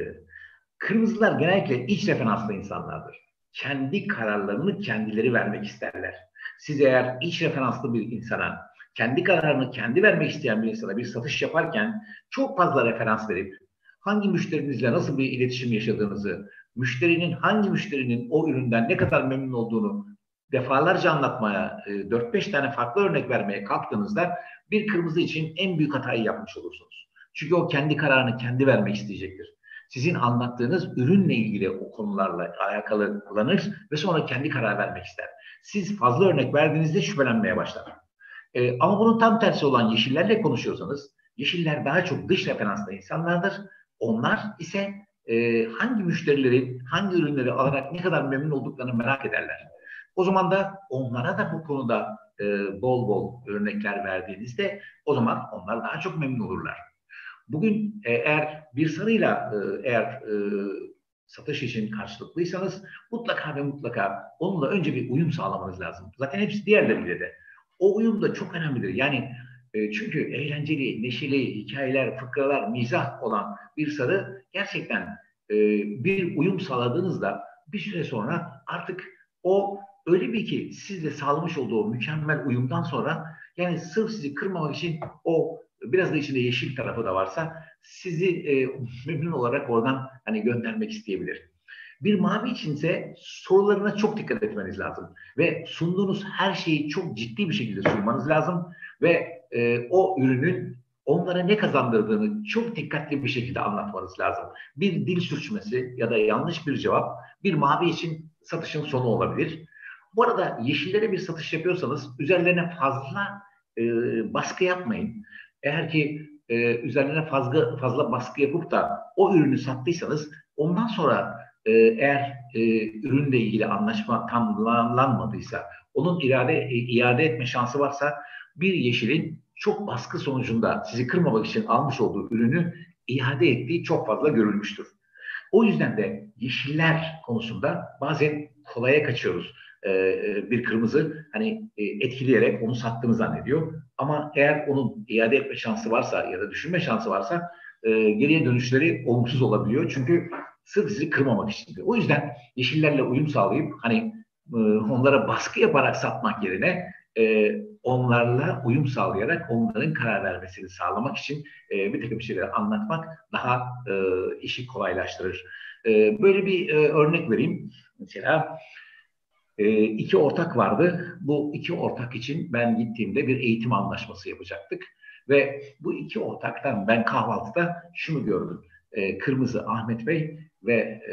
kırmızılar genellikle iç referanslı insanlardır. Kendi kararlarını kendileri vermek isterler. Siz eğer iç referanslı bir insana, kendi kararını kendi vermek isteyen bir insana bir satış yaparken çok fazla referans verip hangi müşterinizle nasıl bir iletişim yaşadığınızı, müşterinin hangi müşterinin o üründen ne kadar memnun olduğunu defalarca anlatmaya, dört beş tane farklı örnek vermeye kalktığınızda bir kırmızı için en büyük hatayı yapmış olursunuz. Çünkü o kendi kararını kendi vermek isteyecektir. Sizin anlattığınız ürünle ilgili o konularla alakalı kullanır ve sonra kendi karar vermek ister. Siz fazla örnek verdiğinizde şüphelenmeye başlar. E, ama bunun tam tersi olan yeşillerle konuşuyorsanız, yeşiller daha çok dış referanslı insanlardır. Onlar ise e, hangi müşterilerin hangi ürünleri alarak ne kadar memnun olduklarını merak ederler. O zaman da onlara da bu konuda e, bol bol örnekler verdiğinizde o zaman onlar daha çok memnun olurlar. Bugün e, eğer bir sarıyla e, eğer e, satış için karşılıklıysanız mutlaka ve mutlaka onunla önce bir uyum sağlamanız lazım. Zaten hepsi diğerleriyle de. O uyum da çok önemlidir. Yani e, çünkü eğlenceli, neşeli hikayeler, fıkralar, mizah olan bir sarı gerçekten e, bir uyum sağladığınızda bir süre sonra artık o öyle bir ki sizle sağlamış olduğu mükemmel uyumdan sonra yani sırf sizi kırmamak için o biraz da içinde yeşil tarafı da varsa sizi e, memnun olarak oradan hani göndermek isteyebilir. Bir mavi içinse sorularına çok dikkat etmeniz lazım. Ve sunduğunuz her şeyi çok ciddi bir şekilde sunmanız lazım. Ve e, o ürünün onlara ne kazandırdığını çok dikkatli bir şekilde anlatmanız lazım. Bir dil sürçmesi ya da yanlış bir cevap bir mavi için satışın sonu olabilir. Bu arada yeşillere bir satış yapıyorsanız üzerlerine fazla e, baskı yapmayın. Eğer ki e, üzerlerine fazla fazla baskı yapıp da o ürünü sattıysanız ondan sonra e, eğer e, ürünle ilgili anlaşma tamamlanmadıysa, onun irade e, iade etme şansı varsa bir yeşilin çok baskı sonucunda sizi kırmamak için almış olduğu ürünü iade ettiği çok fazla görülmüştür. O yüzden de yeşiller konusunda bazen kolaya kaçıyoruz. Ee, bir kırmızı hani e, etkileyerek onu sattığını zannediyor. Ama eğer onun iade etme şansı varsa ya da düşünme şansı varsa e, geriye dönüşleri olumsuz olabiliyor. Çünkü sırf sizi kırmamak için. O yüzden yeşillerle uyum sağlayıp hani e, onlara baskı yaparak satmak yerine e, onlarla uyum sağlayarak onların karar vermesini sağlamak için e, bir takım şeyleri anlatmak daha e, işi kolaylaştırır. E, böyle bir e, örnek vereyim. Mesela e, iki ortak vardı. Bu iki ortak için ben gittiğimde bir eğitim anlaşması yapacaktık. Ve bu iki ortaktan ben kahvaltıda şunu gördüm. E, kırmızı Ahmet Bey ve e,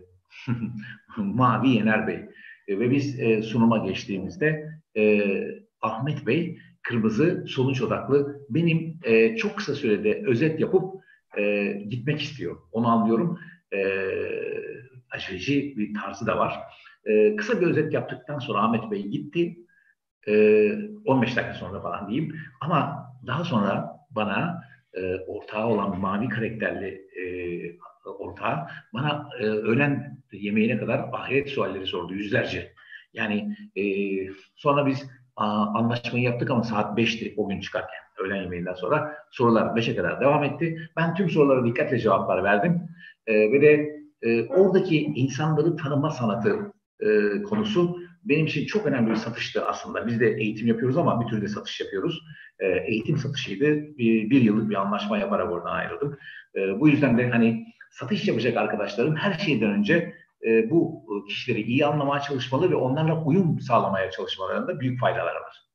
mavi Yener Bey. E, ve biz e, sunuma geçtiğimizde e, Ahmet Bey kırmızı sonuç odaklı benim e, çok kısa sürede özet yapıp e, gitmek istiyor. Onu anlıyorum. E, aceleci bir tarzı da var. E, kısa bir özet yaptıktan sonra Ahmet Bey gitti. E, on beş dakika sonra falan diyeyim. Ama daha sonra bana e, ortağı olan mavi karakterli e, ortağı bana e, öğlen yemeğine kadar ahiret sualleri sordu yüzlerce. Yani e, sonra biz a, anlaşmayı yaptık ama saat beşti o gün çıkarken öğlen yemeğinden sonra sorular beşe kadar devam etti. Ben tüm sorulara dikkatle cevaplar verdim. E, ve de e, oradaki insanları tanıma sanatı e, konusu benim için çok önemli bir satıştı aslında. Biz de eğitim yapıyoruz ama bir türlü de satış yapıyoruz. E, eğitim satışıydı. Bir, bir yıllık bir anlaşma yaparak oradan ayrıldım. E, bu yüzden de hani satış yapacak arkadaşlarım her şeyden önce e, bu kişileri iyi anlamaya çalışmalı ve onlarla uyum sağlamaya çalışmalarında büyük faydalar var.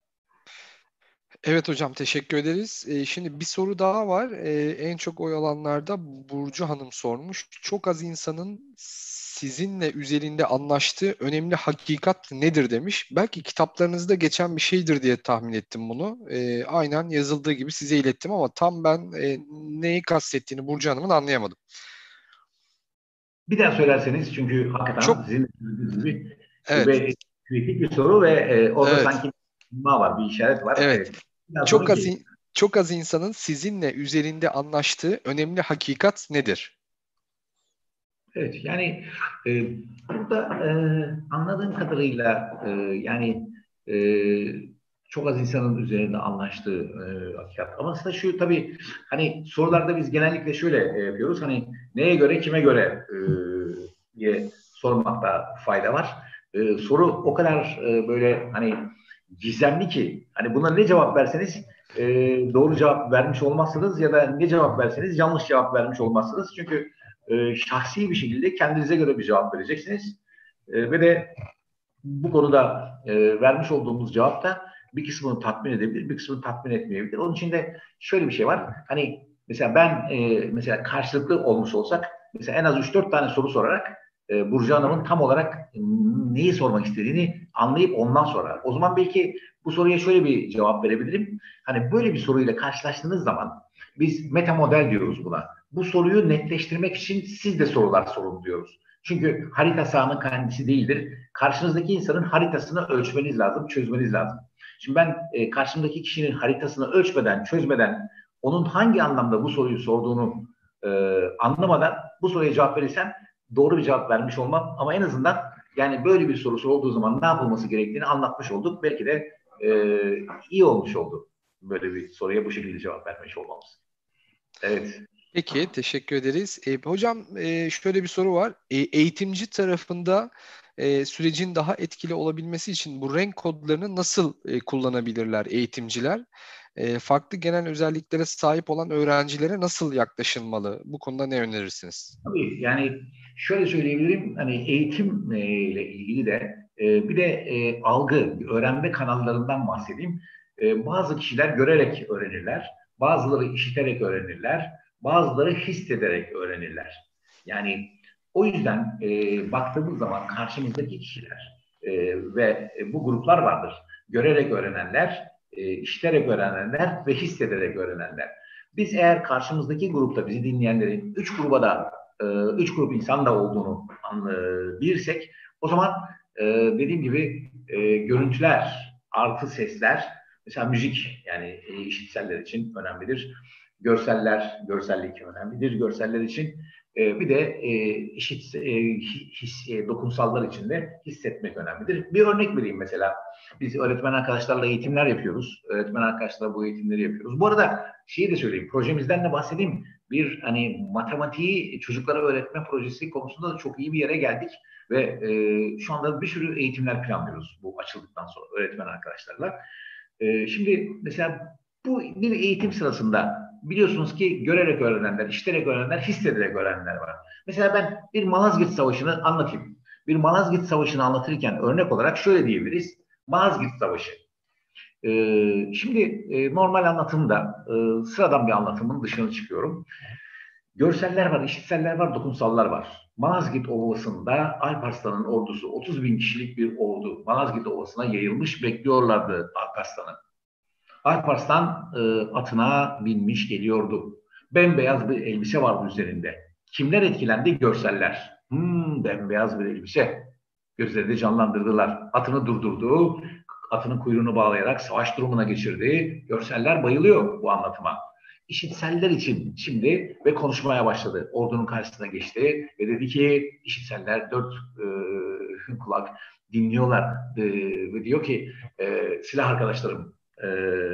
Evet hocam, teşekkür ederiz. Ee, şimdi bir soru daha var. Ee, en çok oy alanlarda Burcu Hanım sormuş. Çok az insanın sizinle üzerinde anlaştığı önemli hakikat nedir demiş. Belki kitaplarınızda geçen bir şeydir diye tahmin ettim bunu. Ee, aynen yazıldığı gibi size ilettim ama tam ben e, neyi kastettiğini Burcu Hanım'ın anlayamadım. Bir daha söylerseniz çünkü hakikaten Çok, sizin söylediğiniz gibi evet, ve kritik bir soru ve e, orada evet, sanki bir var, bir işaret var. evet. Evet. Biraz Çok sonra az ki in- çok az insanın sizinle üzerinde anlaştığı önemli hakikat nedir? evet, yani e, burada e, anladığım kadarıyla e, yani e, çok az insanın üzerinde anlaştığı e, hakikat. Ama aslında şu tabii hani sorularda biz genellikle şöyle e, yapıyoruz. Hani neye göre, kime göre e, diye sormakta fayda var. E, soru o kadar e, böyle hani gizemli ki hani buna ne cevap verseniz e, doğru cevap vermiş olmazsınız ya da ne cevap verseniz yanlış cevap vermiş olmazsınız. Çünkü e, şahsi bir şekilde kendinize göre bir cevap vereceksiniz. E, ve de bu konuda e, vermiş olduğumuz cevap da bir kısmını tatmin edebilir, bir kısmını tatmin etmeyebilir. Onun için de şöyle bir şey var. Hani mesela ben e, mesela karşılıklı olmuş olsak mesela en az üç dört tane soru sorarak e, Burcu Hanım'ın tam olarak neyi sormak istediğini anlayıp ondan sorar. O zaman belki bu soruya şöyle bir cevap verebilirim. Hani böyle bir soruyla karşılaştığınız zaman biz metamodel diyoruz buna. Bu soruyu netleştirmek için siz de sorular sorun diyoruz. Çünkü harita sahanın kendisi değildir. Karşınızdaki insanın haritasını ölçmeniz lazım, çözmeniz lazım. Şimdi ben e, karşımdaki kişinin haritasını ölçmeden, çözmeden onun hangi anlamda bu soruyu sorduğunu e, anlamadan bu soruya cevap verirsem doğru bir cevap vermiş olmam. Ama en azından yani böyle bir sorusu olduğu zaman ne yapılması gerektiğini anlatmış olduk. Belki de e, iyi olmuş oldu böyle bir soruya bu şekilde cevap vermiş olmamız. Evet. Peki, teşekkür ederiz. E, hocam, e, şöyle bir soru var. E, eğitimci tarafında e, sürecin daha etkili olabilmesi için bu renk kodlarını nasıl e, kullanabilirler eğitimciler? e, farklı genel özelliklere sahip olan öğrencilere nasıl yaklaşılmalı? Bu konuda ne önerirsiniz? Tabii yani şöyle söyleyebilirim, hani eğitimle ilgili de e, bir de e, algı, öğrenme kanallarından bahsedeyim. E, bazı kişiler görerek öğrenirler, bazıları işiterek öğrenirler, bazıları hissederek öğrenirler. Yani o yüzden e, baktığımız zaman karşımızdaki kişiler e, ve e, bu gruplar vardır. Görerek öğrenenler, e, işiterek öğrenenler ve hissederek öğrenenler. Biz eğer karşımızdaki grupta bizi dinleyenlerin üç gruba da e, üç grup insan da olduğunu e, bilirsek o zaman e, dediğim gibi e, görüntüler artı sesler mesela müzik yani e, işitseller için önemlidir. Görseller, görsellik önemlidir. Görseller için e, bir de e, işit, e, his, e, dokunsallar için de hissetmek önemlidir. Bir örnek vereyim mesela. Biz öğretmen arkadaşlarla eğitimler yapıyoruz. Öğretmen arkadaşlarla bu eğitimleri yapıyoruz. Bu arada şeyi de söyleyeyim, projemizden de bahsedeyim. Bir hani matematiği çocuklara öğretme projesi konusunda da çok iyi bir yere geldik ve e, şu anda bir sürü eğitimler planlıyoruz bu açıldıktan sonra öğretmen arkadaşlarla. E, şimdi mesela bu bir eğitim sırasında biliyorsunuz ki görerek öğrenenler, işiterek öğrenenler, hissederek öğrenenler var. Mesela ben bir Malazgirt Savaşı'nı anlatayım. Bir Malazgirt Savaşı'nı anlatırken örnek olarak şöyle diyebiliriz. Malazgirt Savaşı. Ee, şimdi e, normal anlatımda e, sıradan bir anlatımın dışına çıkıyorum. Görseller var, işitseller var, dokunsallar var. Malazgirt Ovası'nda Alparslan'ın ordusu otuz bin kişilik bir ordu Malazgirt Ovası'na yayılmış bekliyorlardı Alparslan'ı. Alparslan e, atına binmiş geliyordu. Bembeyaz bir elbise vardı üzerinde. Kimler etkilendi? Görseller. Hmm, bembeyaz bir elbise. Gözleri canlandırdılar. Atını durdurdu. Atının kuyruğunu bağlayarak savaş durumuna geçirdi. Görseller bayılıyor bu anlatıma. İşitseller için şimdi ve konuşmaya başladı. Ordunun karşısına geçti ve dedi ki işitseller dört e, kulak dinliyorlar e, ve diyor ki e, silah arkadaşlarım, e,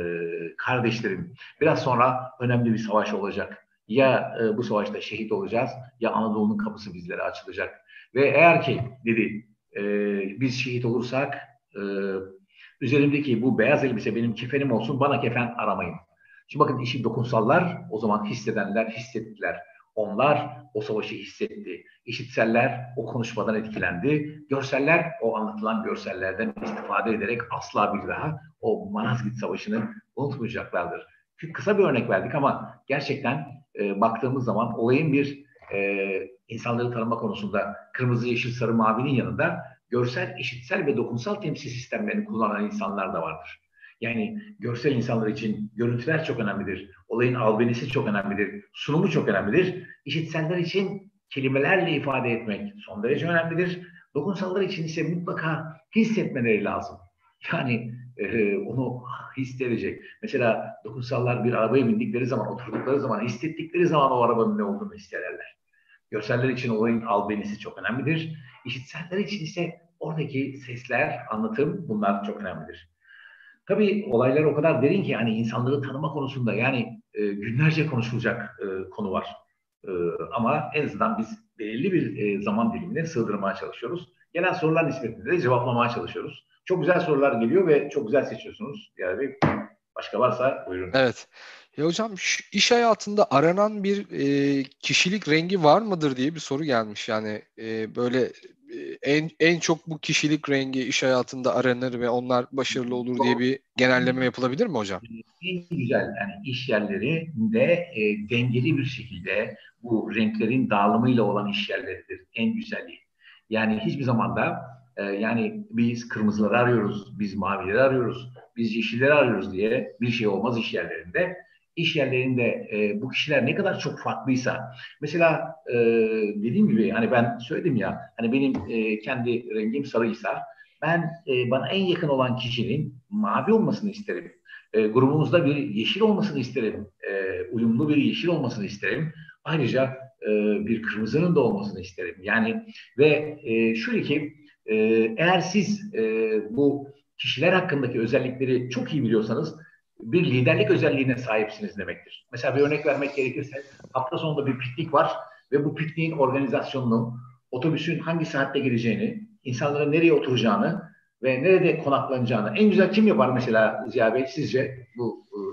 kardeşlerim biraz sonra önemli bir savaş olacak. Ya e, bu savaşta şehit olacağız ya Anadolu'nun kapısı bizlere açılacak. Ve eğer ki dedi e, biz şehit olursak e, üzerimdeki bu beyaz elbise benim kefenim olsun bana kefen aramayın. Şimdi bakın işi dokunsallar o zaman hissedenler hissettiler. Onlar o savaşı hissetti. İşitseller o konuşmadan etkilendi. Görseller o anlatılan görsellerden istifade ederek asla bir daha o Malazgirt Savaşı'nı unutmayacaklardır. Çünkü kısa bir örnek verdik ama gerçekten e, baktığımız zaman olayın bir e, insanları tanıma konusunda kırmızı, yeşil, sarı, mavinin yanında görsel, işitsel ve dokunsal temsil sistemlerini kullanan insanlar da vardır. Yani görsel insanlar için görüntüler çok önemlidir. Olayın albenisi çok önemlidir. Sunumu çok önemlidir. İşitseller için kelimelerle ifade etmek son derece önemlidir. Dokunsallar için ise mutlaka hissetmeleri lazım. Yani e, onu hissedecek. Mesela dokunsallar bir arabaya bindikleri zaman, oturdukları zaman, hissettikleri zaman o arabanın ne olduğunu hissederler. Görseller için olayın albenisi çok önemlidir. İşitseller için ise oradaki sesler, anlatım bunlar çok önemlidir. Tabii olaylar o kadar derin ki yani insanları tanıma konusunda yani e, günlerce konuşulacak e, konu var. E, ama en azından biz belirli bir e, zaman dilimine sığdırmaya çalışıyoruz. Gelen sorular nispetinde de cevaplamaya çalışıyoruz. Çok güzel sorular geliyor ve çok güzel seçiyorsunuz. Yani başka varsa buyurun. Evet. Ya hocam şu iş hayatında aranan bir e, kişilik rengi var mıdır diye bir soru gelmiş. Yani e, böyle e, en en çok bu kişilik rengi iş hayatında aranır ve onlar başarılı olur diye bir genelleme yapılabilir mi hocam? En güzel yani iş yerlerinde e, dengeli bir şekilde bu renklerin dağılımıyla olan iş yerleridir en güzeli. Yani hiçbir zaman da e, yani biz kırmızıları arıyoruz, biz mavileri arıyoruz, biz yeşilleri arıyoruz diye bir şey olmaz iş yerlerinde. İş yerlerinde e, bu kişiler ne kadar çok farklıysa, mesela e, dediğim gibi hani ben söyledim ya, hani benim e, kendi rengim sarıysa, ben e, bana en yakın olan kişinin mavi olmasını isterim. E, grubumuzda bir yeşil olmasını isterim. E, uyumlu bir yeşil olmasını isterim. Ayrıca e, bir kırmızının da olmasını isterim. Yani ve e, şöyle ki e, eğer siz e, bu kişiler hakkındaki özellikleri çok iyi biliyorsanız bir liderlik özelliğine sahipsiniz demektir. Mesela bir örnek vermek gerekirse hafta sonunda bir piknik var ve bu pikniğin organizasyonunu, otobüsün hangi saatte geleceğini, insanların nereye oturacağını ve nerede konaklanacağını en güzel kim yapar mesela Ziya Bey sizce bu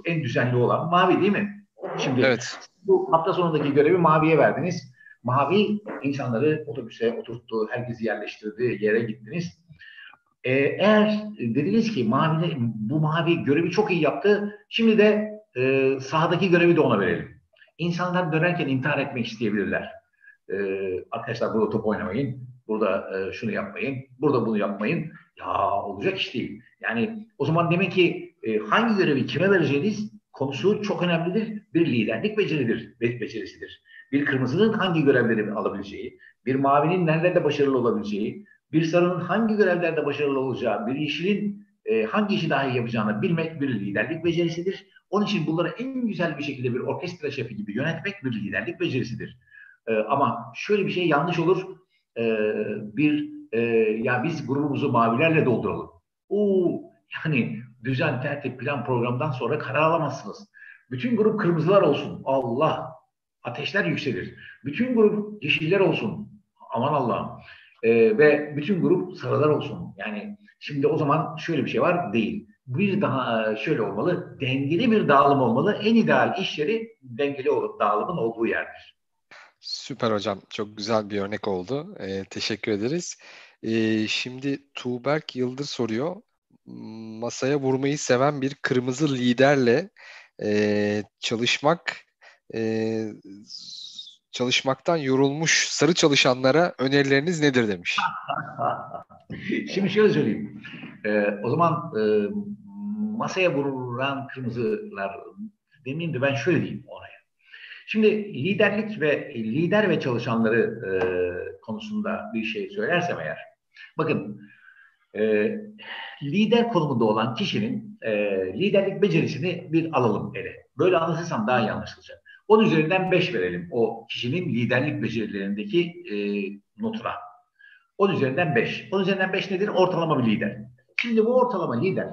en düzenli olan mavi değil mi? Şimdi Evet. bu hafta sonundaki görevi maviye verdiniz. Mavi insanları otobüse oturttu, herkesi yerleştirdi, yere gittiniz. Ee, eğer dediniz ki mavi, bu mavi görevi çok iyi yaptı, şimdi de e, sahadaki görevi de ona verelim. İnsanlar dönerken intihar etmek isteyebilirler. Ee, arkadaşlar burada top oynamayın, burada e, şunu yapmayın, burada bunu yapmayın. Ya olacak iş değil. Yani o zaman demek ki e, hangi görevi kime vereceğiniz konusu çok önemlidir. Bir liderlik beceridir, be- becerisidir. Bir kırmızının hangi görevleri alabileceği, bir mavinin nerelerde başarılı olabileceği, bir sarının hangi görevlerde başarılı olacağı, bir yeşilin e, hangi işi daha iyi yapacağını bilmek bir liderlik becerisidir. Onun için bunları en güzel bir şekilde bir orkestra şefi gibi yönetmek bir liderlik becerisidir. E, ama şöyle bir şey yanlış olur. E, bir e, ya biz grubumuzu mavilerle dolduralım. Oo, yani düzen, tertip, plan, programdan sonra karar alamazsınız. Bütün grup kırmızılar olsun. Allah! Ateşler yükselir. Bütün grup yeşiller olsun. Aman Allah'ım. Ee, ve bütün grup sarılar olsun. Yani şimdi o zaman şöyle bir şey var, değil. Bir daha şöyle olmalı, dengeli bir dağılım olmalı. En ideal iş yeri dengeli olup dağılımın olduğu yerdir. Süper hocam. Çok güzel bir örnek oldu. Ee, teşekkür ederiz. Ee, şimdi Tuğberk Yıldır soruyor. Masaya vurmayı seven bir kırmızı liderle e, çalışmak e, çalışmaktan yorulmuş sarı çalışanlara önerileriniz nedir demiş. Şimdi şöyle söyleyeyim. Ee, o zaman e, masaya vurulan kırmızılar demeyeyim de ben şöyle diyeyim oraya. Şimdi liderlik ve lider ve çalışanları e, konusunda bir şey söylersem eğer, bakın e, lider konumunda olan kişinin e, liderlik becerisini bir alalım ele. Böyle anlatırsam daha iyi anlaşılacak. Onun üzerinden beş verelim o kişinin liderlik becerilerindeki e, notuna. On üzerinden beş. On üzerinden beş nedir? Ortalama bir lider. Şimdi bu ortalama lider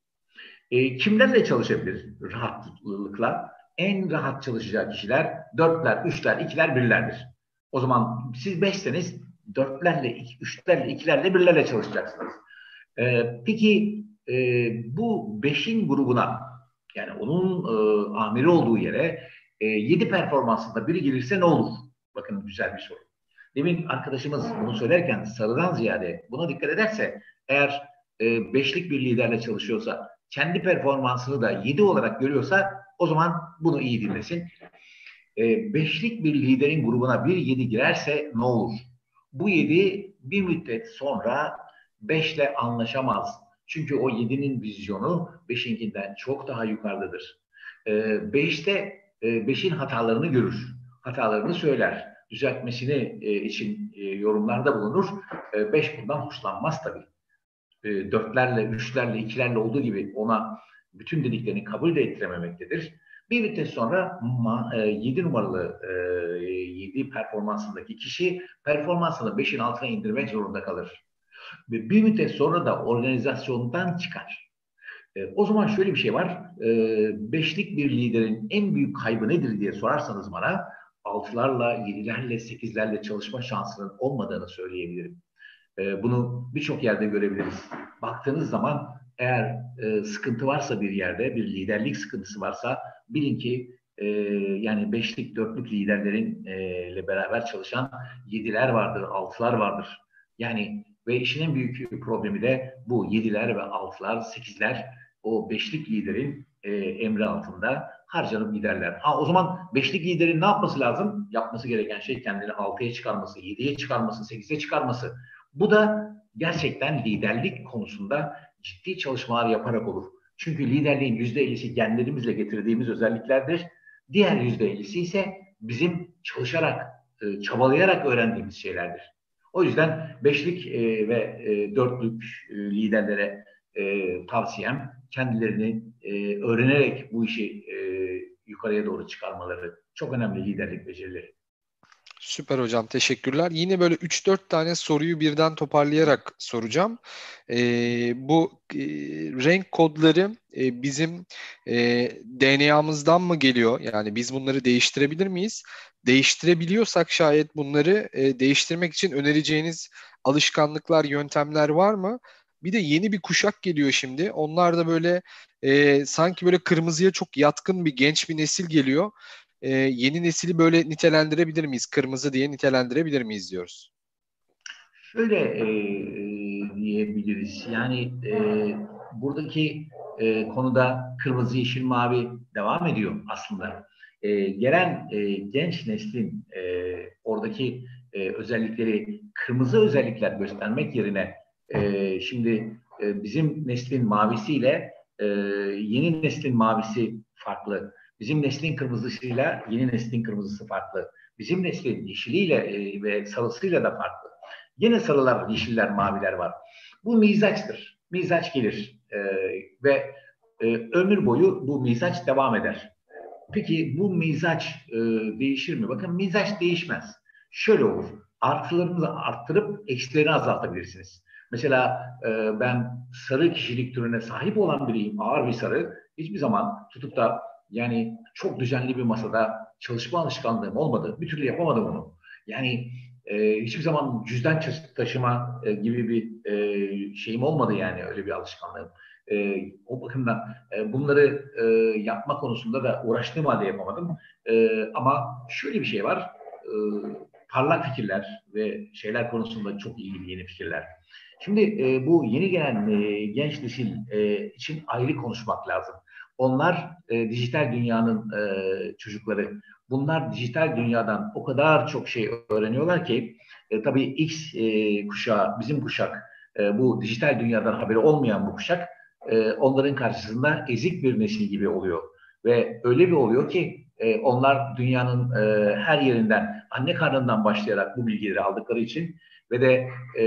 e, kimlerle çalışabilir rahatlıkla? En rahat çalışacağı kişiler dörtler, üçler, ikiler, birlerdir. O zaman siz beşseniz dörtlerle, üçlerle, ikilerle, birlerle çalışacaksınız. E, peki e, bu beşin grubuna, yani onun e, amiri olduğu yere e, yedi performansında biri gelirse ne olur? Bakın güzel bir soru. Demin arkadaşımız bunu söylerken sarıdan ziyade buna dikkat ederse, eğer e, beşlik bir liderle çalışıyorsa, kendi performansını da yedi olarak görüyorsa, o zaman bunu iyi dinlesin. E, beşlik bir liderin grubuna bir yedi girerse ne olur? Bu yedi bir müddet sonra beşle anlaşamaz. Çünkü o yedinin vizyonu beşinkinden çok daha yukarıdadır. E, beşte e, beşin hatalarını görür. Hatalarını söyler. Düzeltmesini e, için e, yorumlarda bulunur. E, beş bundan hoşlanmaz tabii. E, dörtlerle, üçlerle, ikilerle olduğu gibi ona bütün dediklerini kabul de ettirememektedir. Bir vites sonra ma, e, yedi numaralı e, yedi performansındaki kişi performansını beşin altına indirmek zorunda kalır. Ve bir vites sonra da organizasyondan çıkar. E, o zaman şöyle bir şey var. E, beşlik bir liderin en büyük kaybı nedir diye sorarsanız bana, altılarla, yedilerle, sekizlerle çalışma şansının olmadığını söyleyebilirim. E, bunu birçok yerde görebiliriz. Baktığınız zaman eğer e, sıkıntı varsa bir yerde, bir liderlik sıkıntısı varsa, bilin ki e, yani beşlik, dörtlük liderlerin e, ile beraber çalışan yediler vardır, altılar vardır. Yani ve işin en büyük problemi de bu yediler ve altılar, sekizler o beşlik liderin e, emri altında harcanıp giderler. Ha, o zaman beşlik liderin ne yapması lazım? Yapması gereken şey kendini altıya çıkarması, yediye çıkarması, sekize çıkarması. Bu da gerçekten liderlik konusunda ciddi çalışmalar yaparak olur. Çünkü liderliğin yüzde ellisi genlerimizle getirdiğimiz özelliklerdir. Diğer yüzde ellisi ise bizim çalışarak, e, çabalayarak öğrendiğimiz şeylerdir. O yüzden beşlik e, ve e, dörtlük e, liderlere e, tavsiyem kendilerini e, öğrenerek bu işi e, yukarıya doğru çıkarmaları. Çok önemli liderlik becerileri. Süper hocam, teşekkürler. Yine böyle üç dört tane soruyu birden toparlayarak soracağım. Ee, bu e, renk kodları e, bizim e, D N A'mızdan mı geliyor? Yani biz bunları değiştirebilir miyiz? Değiştirebiliyorsak şayet bunları e, değiştirmek için önereceğiniz alışkanlıklar, yöntemler var mı? Bir de yeni bir kuşak geliyor şimdi. Onlar da böyle e, sanki böyle kırmızıya çok yatkın bir genç bir nesil geliyor. E, yeni nesili böyle nitelendirebilir miyiz? Kırmızı diye nitelendirebilir miyiz diyoruz. Şöyle e, e, diyebiliriz. Yani e, buradaki e, konuda kırmızı, yeşil, mavi devam ediyor aslında. E, gelen e, genç neslin e, oradaki e, özellikleri, kırmızı özellikler göstermek yerine e, şimdi e, bizim neslin mavisiyle e, yeni neslin mavisi farklı. Bizim neslin kırmızısıyla yeni neslin kırmızısı farklı. Bizim neslin yeşiliyle e, ve sarısıyla da farklı. Yine sarılar, yeşiller, maviler var. Bu mizaçtır. Mizaç gelir e, ve e, ömür boyu bu mizaç devam eder. Peki bu mizaç e, değişir mi? Bakın mizaç değişmez. Şöyle olur. Artılarınızı arttırıp eksilerini azaltabilirsiniz. Mesela e, ben sarı kişilik türüne sahip olan biriyim. Ağır bir sarı. Hiçbir zaman tutup da yani çok düzenli bir masada çalışma alışkanlığım olmadı. Bir türlü yapamadım onu. Yani e, hiçbir zaman cüzdan taşıma e, gibi bir e, şeyim olmadı yani öyle bir alışkanlığım. E, o bakımdan e, bunları e, yapma konusunda da uğraştığım halde yapamadım. E, ama şöyle bir şey var. E, parlak fikirler ve şeyler konusunda çok ilgili yeni fikirler. Şimdi e, bu yeni gelen e, genç nesil e, için ayrı konuşmak lazım. Onlar e, dijital dünyanın e, çocukları. Bunlar dijital dünyadan o kadar çok şey öğreniyorlar ki e, tabii X e, kuşağı, bizim kuşak, e, bu dijital dünyadan haberi olmayan bu kuşak e, onların karşısında ezik bir nesil gibi oluyor. Ve öyle bir oluyor ki e, onlar dünyanın e, her yerinden, anne karnından başlayarak bu bilgileri aldıkları için ve de e,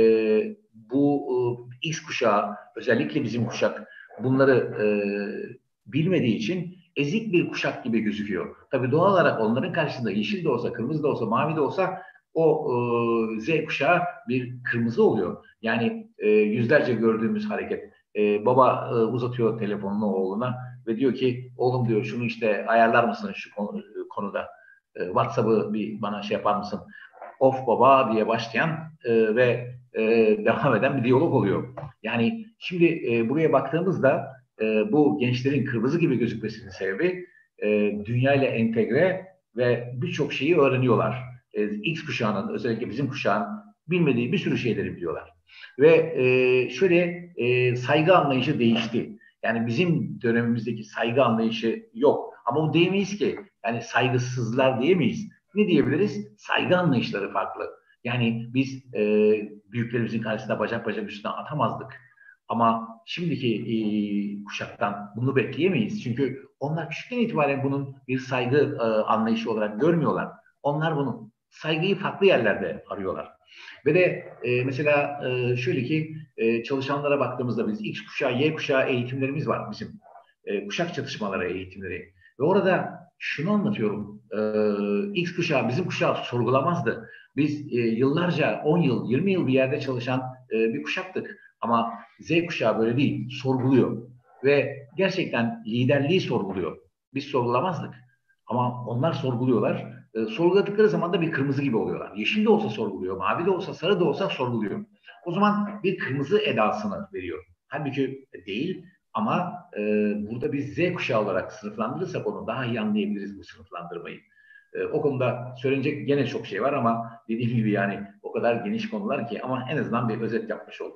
bu e, X kuşağı, özellikle bizim kuşak bunları e, bilmediği için ezik bir kuşak gibi gözüküyor. Tabii doğal olarak onların karşısında yeşil de olsa, kırmızı da olsa, mavi de olsa o e, Z kuşağı bir kırmızı oluyor. Yani e, yüzlerce gördüğümüz hareket. E, baba e, uzatıyor telefonunu oğluna ve diyor ki oğlum diyor şunu işte ayarlar mısın şu konu, konuda e, WhatsApp'ı bir bana şey yapar mısın? Of baba diye başlayan e, ve e, devam eden bir diyalog oluyor. Yani şimdi e, buraya baktığımızda e, bu gençlerin kırmızı gibi gözükmesinin sebebi e, dünya ile entegre ve birçok şeyi öğreniyorlar. E, X kuşağının özellikle bizim kuşağın bilmediği bir sürü şeyleri biliyorlar. Ve e, şöyle e, saygı anlayışı değişti. Yani bizim dönemimizdeki saygı anlayışı yok. Ama bu diyemeyiz ki yani saygısızlar diyemeyiz. Ne diyebiliriz? Saygı anlayışları farklı. Yani biz e, büyüklerimizin karşısında bacak bacak üstüne atamazdık. Ama şimdiki e, kuşaktan bunu bekleyemeyiz. Çünkü onlar küçükten itibaren bunun bir saygı e, anlayışı olarak görmüyorlar. Onlar bunu saygıyı farklı yerlerde arıyorlar. Ve de e, mesela e, şöyle ki e, çalışanlara baktığımızda biz X kuşağı, Y kuşağı eğitimlerimiz var bizim. E, kuşak çatışmaları eğitimleri. Ve orada şunu anlatıyorum. E, X kuşağı bizim kuşağı sorgulamazdı. Biz e, yıllarca on yıl, yirmi yıl bir yerde çalışan e, bir kuşaktık. Ama Z kuşağı böyle değil, sorguluyor. Ve gerçekten liderliği sorguluyor. Biz sorgulamazdık. Ama onlar sorguluyorlar. E, sorguladıkları zaman da bir kırmızı gibi oluyorlar. Yeşil de olsa sorguluyor, mavi de olsa, sarı da olsa sorguluyor. O zaman bir kırmızı edasını veriyor. Halbuki değil ama e, burada biz Z kuşağı olarak sınıflandırırsak onu daha iyi anlayabiliriz bu sınıflandırmayı. E, o konuda söylenecek gene çok şey var ama dediğim gibi yani o kadar geniş konular ki ama en azından bir özet yapmış oldum.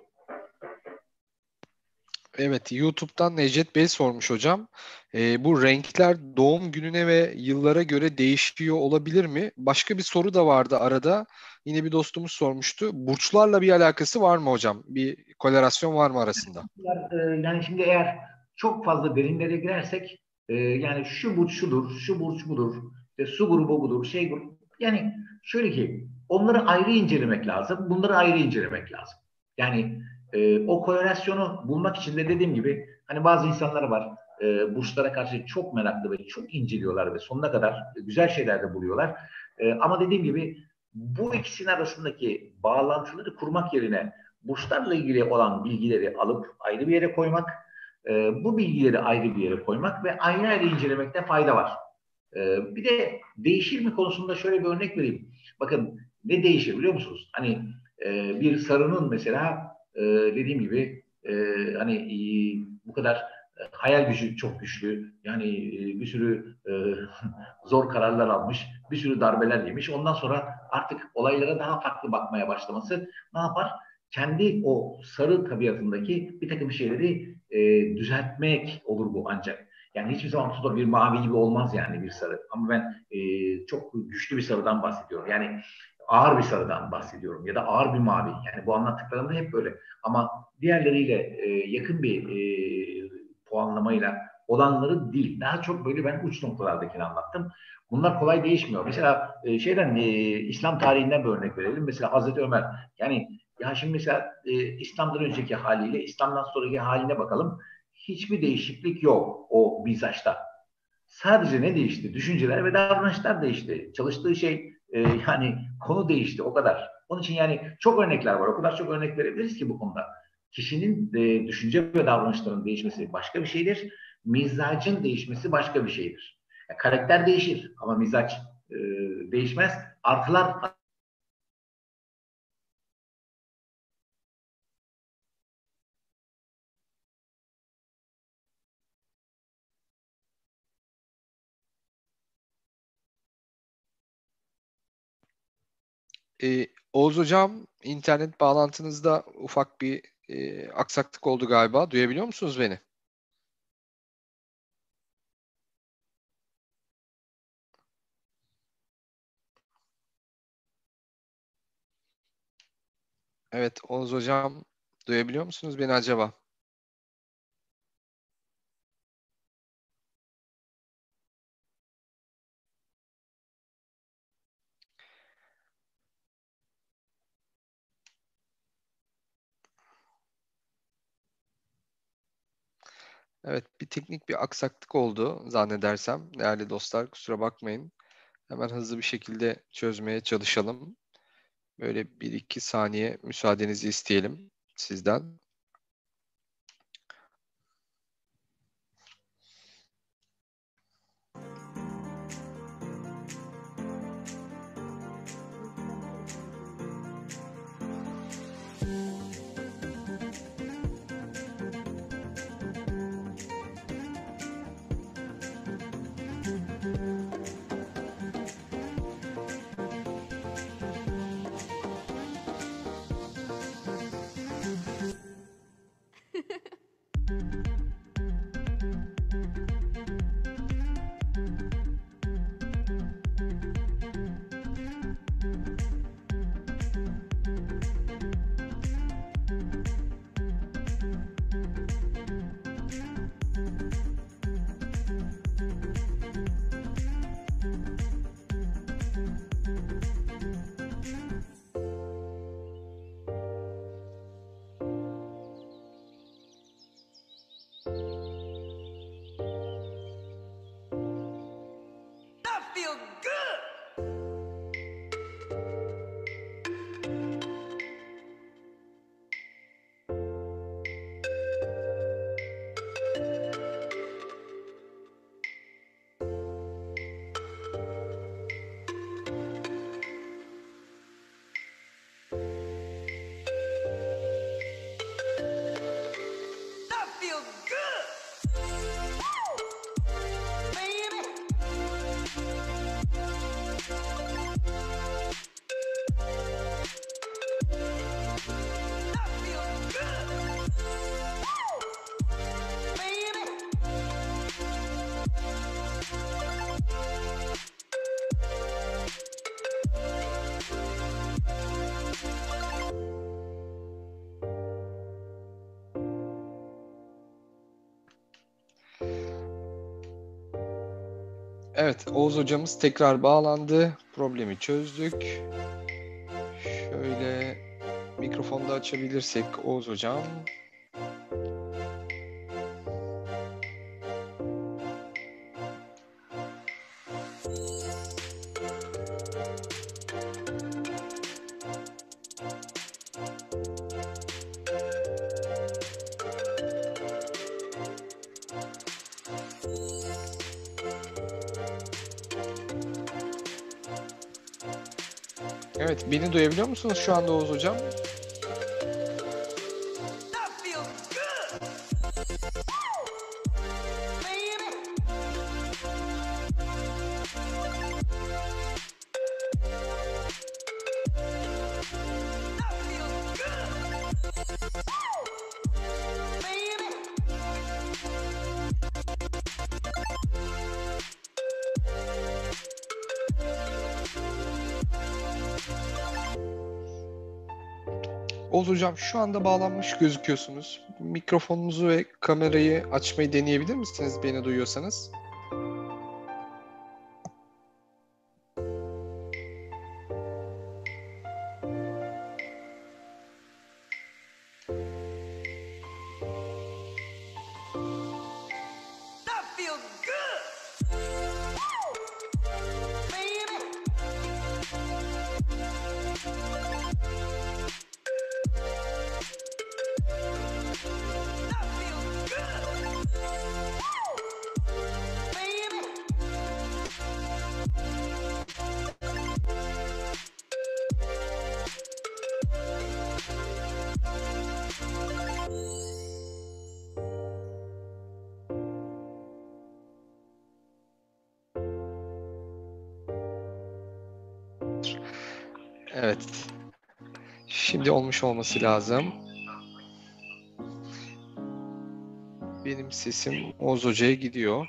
Evet, YouTube'dan Necdet Bey sormuş hocam. Ee, bu renkler doğum gününe ve yıllara göre değişiyor olabilir mi? Başka bir soru da vardı arada. Yine bir dostumuz sormuştu. Burçlarla bir alakası var mı hocam? Bir korelasyon var mı arasında? E, yani şimdi eğer çok fazla derinlere girersek e, yani şu burç şudur, şu burç budur, işte su grubu budur, şey grubu. Yani şöyle ki onları ayrı incelemek lazım, bunları ayrı incelemek lazım. Yani e, o korelasyonu bulmak için de dediğim gibi hani bazı insanlar var e, burçlara karşı çok meraklı ve çok inceliyorlar ve sonuna kadar güzel şeyler de buluyorlar. E, ama dediğim gibi bu ikisinin arasındaki bağlantıları kurmak yerine burçlarla ilgili olan bilgileri alıp ayrı bir yere koymak, e, bu bilgileri ayrı bir yere koymak ve ayrı ayrı incelemekte fayda var. E, bir de değişir mi konusunda şöyle bir örnek vereyim. Bakın ne değişir biliyor musunuz? Hani e, bir sarının mesela e, dediğim gibi e, hani e, bu kadar e, hayal gücü çok güçlü. Yani e, bir sürü e, zor kararlar almış, bir sürü darbeler yemiş. Ondan sonra artık olaylara daha farklı bakmaya başlaması ne yapar? Kendi o sarı tabiatındaki bir takım şeyleri e, düzeltmek olur bu ancak. Yani hiçbir zaman tutup da bir mavi gibi olmaz yani bir sarı. Ama ben e, çok güçlü bir sarıdan bahsediyorum. Yani ağır bir sarıdan bahsediyorum ya da ağır bir mavi. Yani bu anlattıklarımda hep böyle. Ama diğerleriyle e, yakın bir e, puanlamayla olanları değil. Daha çok böyle ben uç noktalardakini anlattım. Bunlar kolay değişmiyor. Mesela e, şeyden e, İslam tarihinden bir örnek verelim. Mesela Hazreti Ömer. Yani ya şimdi mesela e, İslam'dan önceki haliyle İslam'dan sonraki haline bakalım. Hiçbir değişiklik yok o mizaçta. Sadece ne değişti? Düşünceler ve davranışlar değişti. Çalıştığı şey e, yani konu değişti o kadar. Onun için yani çok örnekler var. O kadar çok örnek verebiliriz ki bu konuda. Kişinin e, düşünce ve davranışlarının değişmesi başka bir şeydir. Mizacın değişmesi başka bir şeydir. Yani karakter değişir ama mizaç e, değişmez. Artılar. E, Oğuz Hocam, internet bağlantınızda ufak bir e, aksaklık oldu galiba. Duyabiliyor musunuz beni? Evet, Oğuz Hocam, duyabiliyor musunuz beni acaba? Evet, bir teknik bir aksaklık oldu zannedersem. Değerli dostlar, kusura bakmayın. Hemen hızlı bir şekilde çözmeye çalışalım. Böyle bir iki saniye müsaadenizi isteyelim sizden. Evet, Oğuz hocamız tekrar bağlandı. Problemi çözdük. Şöyle mikrofonu da açabilirsek Oğuz hocam. Evet, beni duyabiliyor musunuz şu anda Oğuz hocam? Oğuz Hocam şu anda bağlanmış gözüküyorsunuz. Mikrofonunuzu ve kamerayı açmayı deneyebilir misiniz beni duyuyorsanız? Evet. Şimdi olmuş olması lazım. Benim sesim Oğuz Hoca'ya gidiyor.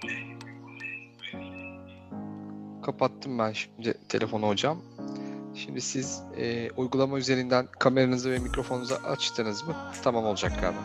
Kapattım ben şimdi telefonu hocam. Şimdi siz e, uygulama üzerinden kameranızı ve mikrofonunuzu açtınız mı? Tamam olacak galiba.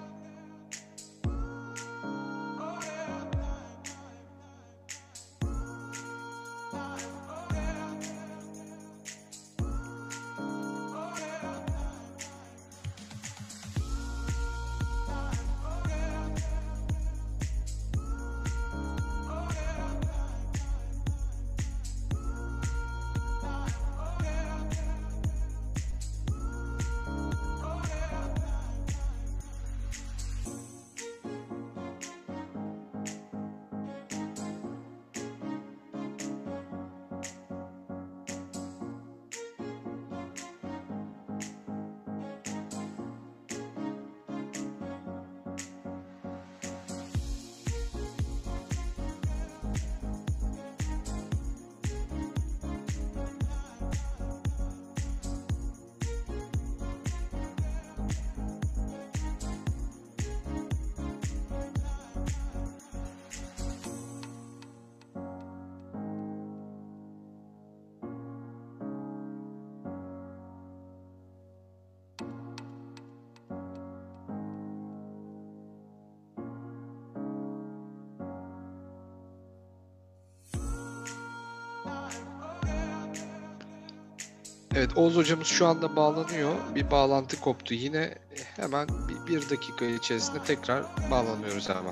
Evet, Oğuz hocamız şu anda bağlanıyor. Bir bağlantı koptu. Yine hemen bir, bir dakika içerisinde tekrar bağlanıyoruz hemen.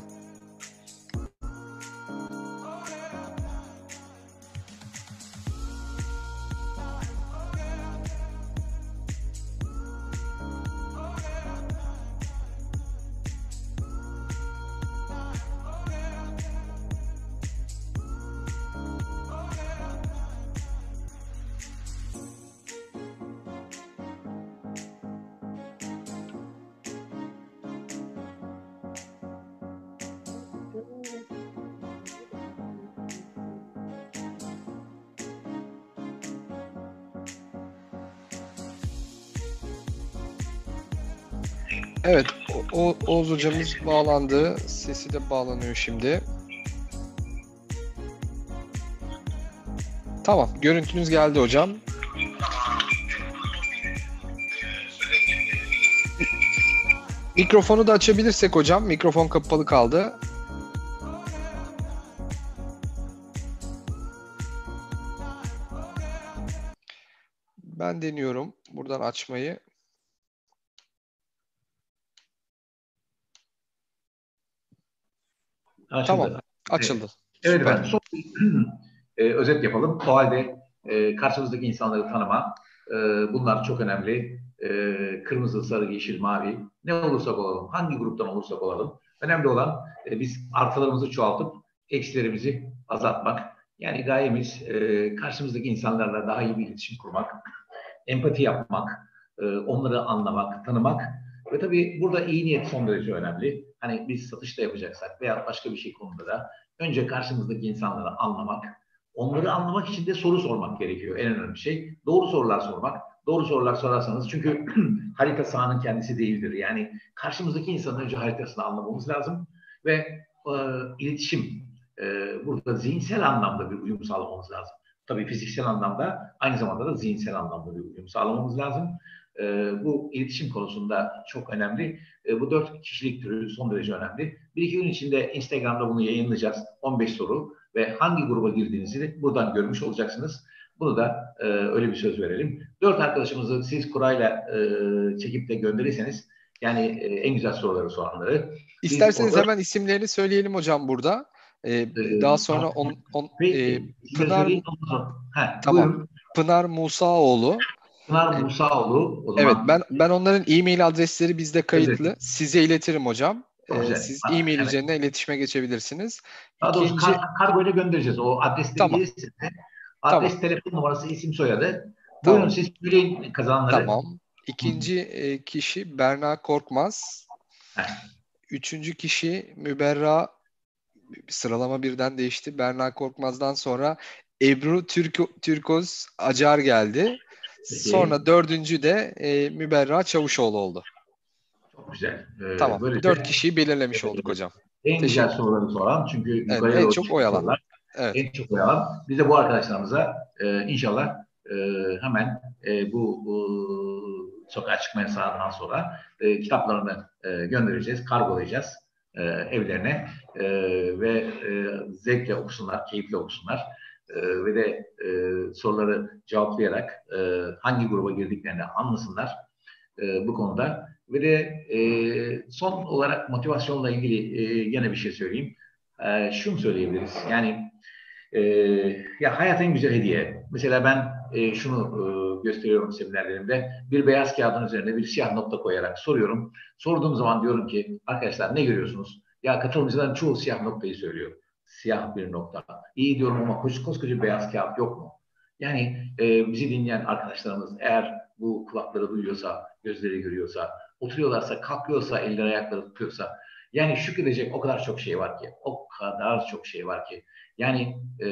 Evet, o, o, Oğuz hocamız bağlandı. Sesi de bağlanıyor şimdi. Tamam, görüntünüz geldi hocam. Mikrofonu da açabilirsek hocam. Mikrofon kapalı kaldı. Ben deniyorum buradan açmayı. Açıldı. Tamam, açıldı. Evet Süper. efendim, son e, özet yapalım. O halde e, karşımızdaki insanları tanıma, e, bunlar çok önemli. E, kırmızı, sarı, yeşil, mavi, ne olursak olalım, hangi gruptan olursak olalım. Önemli olan e, biz artılarımızı çoğaltıp eksilerimizi azaltmak. Yani gayemiz e, karşımızdaki insanlarla daha iyi bir iletişim kurmak, empati yapmak, e, onları anlamak, tanımak ve tabii burada iyi niyet son derece önemli. Hani biz satışta yapacaksak veya başka bir şey konuda da önce karşımızdaki insanları anlamak, onları anlamak için de soru sormak gerekiyor. En önemli şey doğru sorular sormak. Doğru sorular sorarsanız, çünkü harita sahanın kendisi değildir. Yani karşımızdaki insanın önce haritasını anlamamız lazım ve e, iletişim, e, burada zihinsel anlamda bir uyum sağlamamız lazım. Tabii fiziksel anlamda, aynı zamanda da zihinsel anlamda bir uyum sağlamamız lazım. e, bu iletişim konusunda çok önemli. E, bu dört kişilik türü son derece önemli. Bir iki gün içinde Instagram'da bunu yayınlayacağız. on beş soru ve hangi gruba girdiğinizi de buradan görmüş olacaksınız. Bunu da e, öyle bir söz verelim. Dört arkadaşımızı siz kurayla e, çekip de gönderirseniz, yani e, en güzel soruları soranları biz o İsterseniz dört hemen isimlerini söyleyelim hocam burada. Ee, e, daha sonra on, on, e, peki size Pınar söyleyeyim. Ondan sonra. Ha, tamam. buyurun. Pınar Musaoğlu. Pınar E, Musaoğlu o evet zaman ben ben onların e-mail adresleri bizde kayıtlı. gönderin. Size iletirim hocam. Çok Ee, güzel. siz Ha, e-mail evet. üzerinden iletişime geçebilirsiniz. Daha doğrusu İkinci kar, kargoyla göndereceğiz. O adresleri tamam gelirse de tamam adres, telefon numarası, isim, soyadı. Buyurun tamam siz söyleyin kazananları. tamam. İkinci e, kişi Berna Korkmaz. Heh, Üçüncü kişi Müberra, sıralama birden değişti. Berna Korkmaz'dan sonra Ebru Türko, Türkoz Acar geldi. peki. Sonra dördüncü de e, Müberra Çavuşoğlu oldu. Çok güzel. Ee, Tamam. böylece Dört kişiyi e, belirlemiş olduk hocam. en güzel Teşekkür. soruları soran, çünkü Evet, yukarıya en doğru çok çıkan oyalan. sorular Evet. en çok oyalan. Biz de bu arkadaşlarımıza e, inşallah e, hemen e, bu, bu sokağa çıkma yasağından sonra e, kitaplarını e, göndereceğiz, kargolayacağız e, evlerine e, ve e, zevkle okusunlar, keyifle okusunlar e, ve de e, soruları cevaplayarak e, hangi gruba girdiklerini anlasınlar e, bu konuda. Ve de e, son olarak motivasyonla ilgili e, yine bir şey söyleyeyim. E, şunu söyleyebiliriz. Yani e, ya hayat en güzel hediye. Mesela ben e, şunu e, gösteriyorum seminerlerimde. Bir beyaz kağıdın üzerine bir siyah nokta koyarak soruyorum. Sorduğum zaman diyorum ki arkadaşlar ne görüyorsunuz? Ya katılımcıların çoğu siyah noktayı söylüyor. Siyah bir nokta. İyi diyorum ama kos koskoca beyaz kağıt yok mu? Yani e, bizi dinleyen arkadaşlarımız eğer bu kulakları duyuyorsa, gözleri görüyorsa, oturuyorlarsa, kalkıyorsa, elleri ayakları tutuyorsa, yani şükredecek o kadar çok şey var ki, o kadar çok şey var ki. Yani e,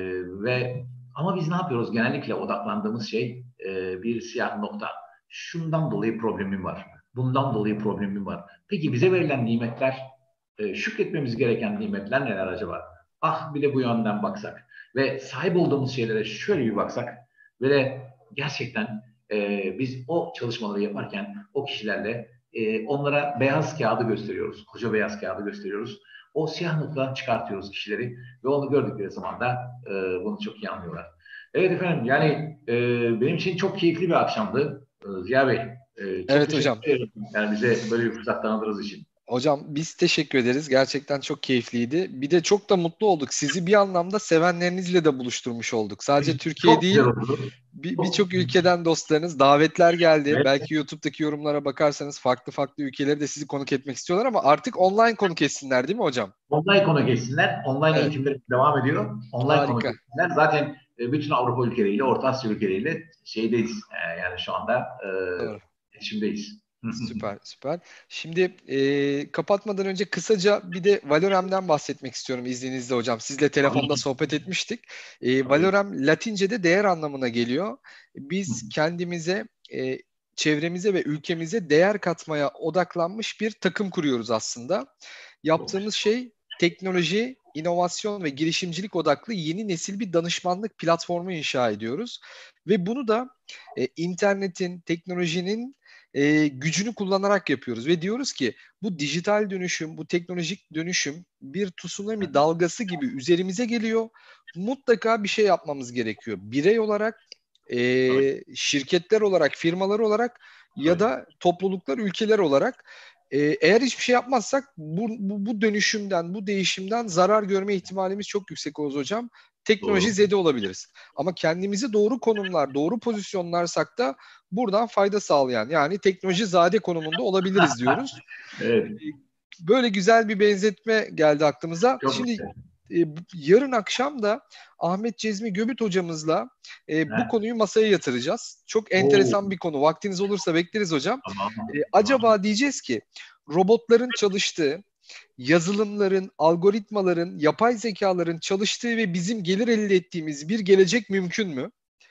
ve ama biz ne yapıyoruz? Genellikle odaklandığımız şey e, bir siyah nokta. Şundan dolayı problemim var. Bundan dolayı problemim var. Peki bize verilen nimetler, e, şükretmemiz gereken nimetler neler acaba? Ah bir de bu yönden baksak ve sahip olduğumuz şeylere şöyle bir baksak ve de gerçekten e, biz o çalışmaları yaparken o kişilerle e, onlara beyaz kağıdı gösteriyoruz. Koca beyaz kağıdı gösteriyoruz. O siyah noktadan çıkartıyoruz kişileri ve onu gördükleri zaman da e, bunu çok iyi anlıyorlar. Evet efendim, yani e, benim için çok keyifli bir akşamdı. E, Ziya Bey, e, çok Evet hocam. teşekkür ederim. Yani bize böyle bir fırsat tanıdığınız için. Hocam biz teşekkür ederiz. Gerçekten çok keyifliydi. Bir de çok da mutlu olduk. Sizi bir anlamda sevenlerinizle de buluşturmuş olduk. Sadece Türkiye Çok güzel değil, oldu. bir- Çok, birçok ülkeden dostlarınız, davetler geldi. evet, Belki YouTube'daki yorumlara bakarsanız farklı farklı ülkeleri de sizi konuk etmek istiyorlar ama artık online konuk etsinler değil mi hocam? online konu geçsinler. Online Evet, eğitimler devam ediyor. Online konu harika. geçsinler. Zaten e, bütün Avrupa ülkeleriyle, Orta Asya ülkeleriyle şeydeyiz. E, yani şu anda e, Doğru. iletişimdeyiz. Süper, süper. Şimdi e, kapatmadan önce kısaca bir de Valorem'den bahsetmek istiyorum izninizle hocam. Sizle telefonda Tabii, sohbet etmiştik. E, tabii. Valorem Latince'de değer anlamına geliyor. Biz kendimize, e, çevremize ve ülkemize değer katmaya odaklanmış bir takım kuruyoruz aslında. Çok güzel. Yaptığımız şey teknoloji, inovasyon ve girişimcilik odaklı yeni nesil bir danışmanlık platformu inşa ediyoruz. Ve bunu da e, internetin, teknolojinin e, gücünü kullanarak yapıyoruz ve diyoruz ki bu dijital dönüşüm, bu teknolojik dönüşüm bir tsunami dalgası gibi üzerimize geliyor. Mutlaka bir şey yapmamız gerekiyor. Birey olarak, Tabii, e, şirketler olarak, firmalar olarak ya tabii. da topluluklar, ülkeler olarak e, eğer hiçbir şey yapmazsak bu, bu, bu dönüşümden, bu değişimden zarar görme ihtimalimiz çok yüksek Oğuz Hocam. Teknoloji Doğru. zede olabiliriz. Ama kendimizi doğru konumlar, doğru pozisyonlarsak da buradan fayda sağlayan yani teknoloji zade konumunda olabiliriz diyoruz. Evet. Böyle güzel bir benzetme geldi aklımıza. Çok Şimdi güzel. e, yarın akşam da Ahmet Cezmi Göbüt hocamızla e, bu Ha. konuyu masaya yatıracağız. Çok Oo, enteresan bir konu. Vaktiniz olursa bekleriz hocam. tamam. E, Tamam. acaba diyeceğiz ki robotların çalıştığı, yazılımların, algoritmaların, yapay zekaların çalıştığı ve bizim gelir elde ettiğimiz bir gelecek mümkün mü?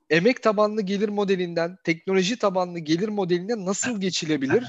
emek tabanlı gelir modelinden teknoloji tabanlı gelir modeline nasıl geçilebilir?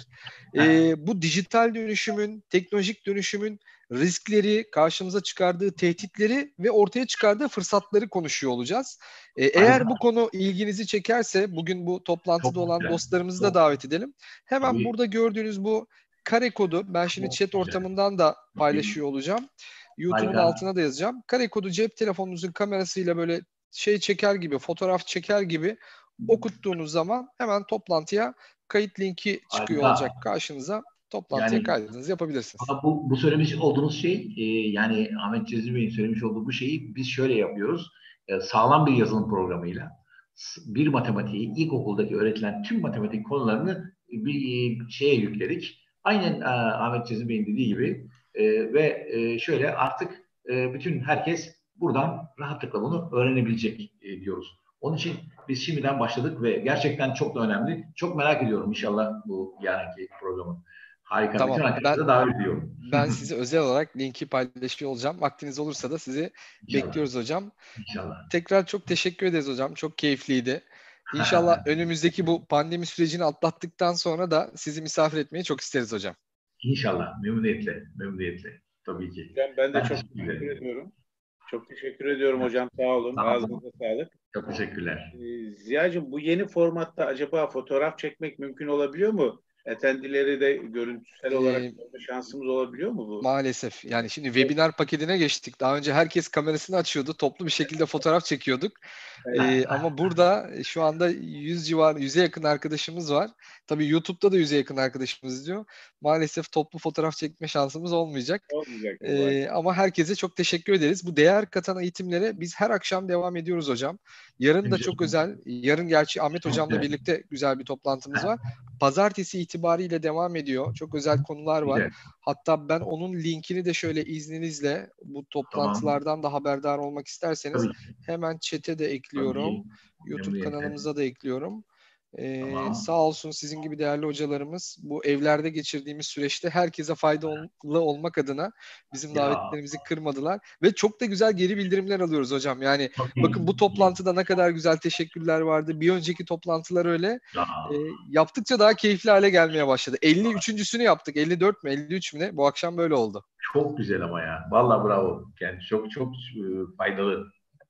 E, bu dijital dönüşümün, teknolojik dönüşümün riskleri, karşımıza çıkardığı tehditleri ve ortaya çıkardığı fırsatları konuşuyor olacağız. E, Harika. eğer bu konu ilginizi çekerse bugün bu toplantıda Çok olan güzel. dostlarımızı da Çok davet edelim. Hemen tabii, burada gördüğünüz bu kare kodu ben şimdi çok chat güzel. ortamından da Tabii. paylaşıyor olacağım. YouTube'un Harika. altına da yazacağım. Kare kodu cep telefonunuzun kamerasıyla böyle şey çeker gibi, fotoğraf çeker gibi okuttuğunuz zaman hemen toplantıya kayıt linki çıkıyor Harika. olacak karşınıza. Toplantıya Yani kaydınızı yapabilirsiniz. ama bu, bu söylemiş olduğunuz şey e, yani Ahmet Cezmi Bey'in söylemiş olduğu bu şeyi biz şöyle yapıyoruz. E, sağlam bir yazılım programıyla s- bir matematiği ilkokuldaki öğretilen tüm matematik konularını bir e, şeye yükledik. Aynen e, Ahmet Cezmi Bey'in dediği gibi e, ve e, şöyle artık e, bütün herkes buradan rahatlıkla bunu öğrenebilecek e, diyoruz. Onun için biz şimdiden başladık ve gerçekten çok da önemli. Çok merak ediyorum inşallah bu yarınki programı. Harika. Bütün Tamam. Ben arkadaşları davet ediyorum. ben size özel olarak linki paylaşıyor olacağım. Vaktiniz olursa da sizi İnşallah. bekliyoruz hocam. İnşallah. Tekrar çok teşekkür ederiz hocam. Çok keyifliydi. İnşallah önümüzdeki bu pandemi sürecini atlattıktan sonra da sizi misafir etmeyi çok isteriz hocam. İnşallah. Memnuniyetle. Memnuniyetle. Tabii ki. Hocam ben de Ben çok teşekkür teşekkür ederim. ediyorum. Çok teşekkür ediyorum hocam. Sağ olun. Sağ olun. Ağzınıza sağlık. Çok teşekkürler. Ee, Ziya'cığım bu yeni formatta acaba fotoğraf çekmek mümkün olabiliyor mu? Attendee'leri de görüntüsel olarak Ee, görme şansımız olabiliyor mu bu? Maalesef. Yani şimdi webinar paketine geçtik. Daha önce herkes kamerasını açıyordu. Toplu bir şekilde fotoğraf çekiyorduk. Ee, ama burada şu anda yüz civar, yüze yakın arkadaşımız var. Tabii YouTube'da da yüze yakın arkadaşımız izliyor. Maalesef toplu fotoğraf çekme şansımız olmayacak. Olmayacak mı bu? Ee, ama herkese çok teşekkür ederiz. Bu değer katan eğitimlere biz her akşam devam ediyoruz hocam. Yarın da çok özel. Yarın gerçi Ahmet hocamla birlikte güzel bir toplantımız var. Pazartesi itibariyle devam ediyor. Çok özel konular var. Güzel. Hatta ben onun linkini de şöyle izninizle bu toplantılardan da haberdar olmak isterseniz Tabii. hemen chat'e de ekliyorum. Tabii. YouTube Memnuniyetle. kanalımıza da ekliyorum. Ee, Tamam. sağ olsun sizin gibi değerli hocalarımız bu evlerde geçirdiğimiz süreçte herkese faydalı olmak adına bizim Ya. davetlerimizi kırmadılar ve çok da güzel geri bildirimler alıyoruz hocam. Yani Çok iyi. bakın bu toplantıda ne kadar güzel teşekkürler vardı. Bir önceki toplantılar öyle. Ya. E, yaptıkça daha keyifli hale gelmeye başladı. elli üçüncüsünü yaptık. elli dört mü elli üç mü ne? Bu akşam böyle oldu. Çok güzel ama ya. Vallahi bravo. Yani çok çok e, faydalı.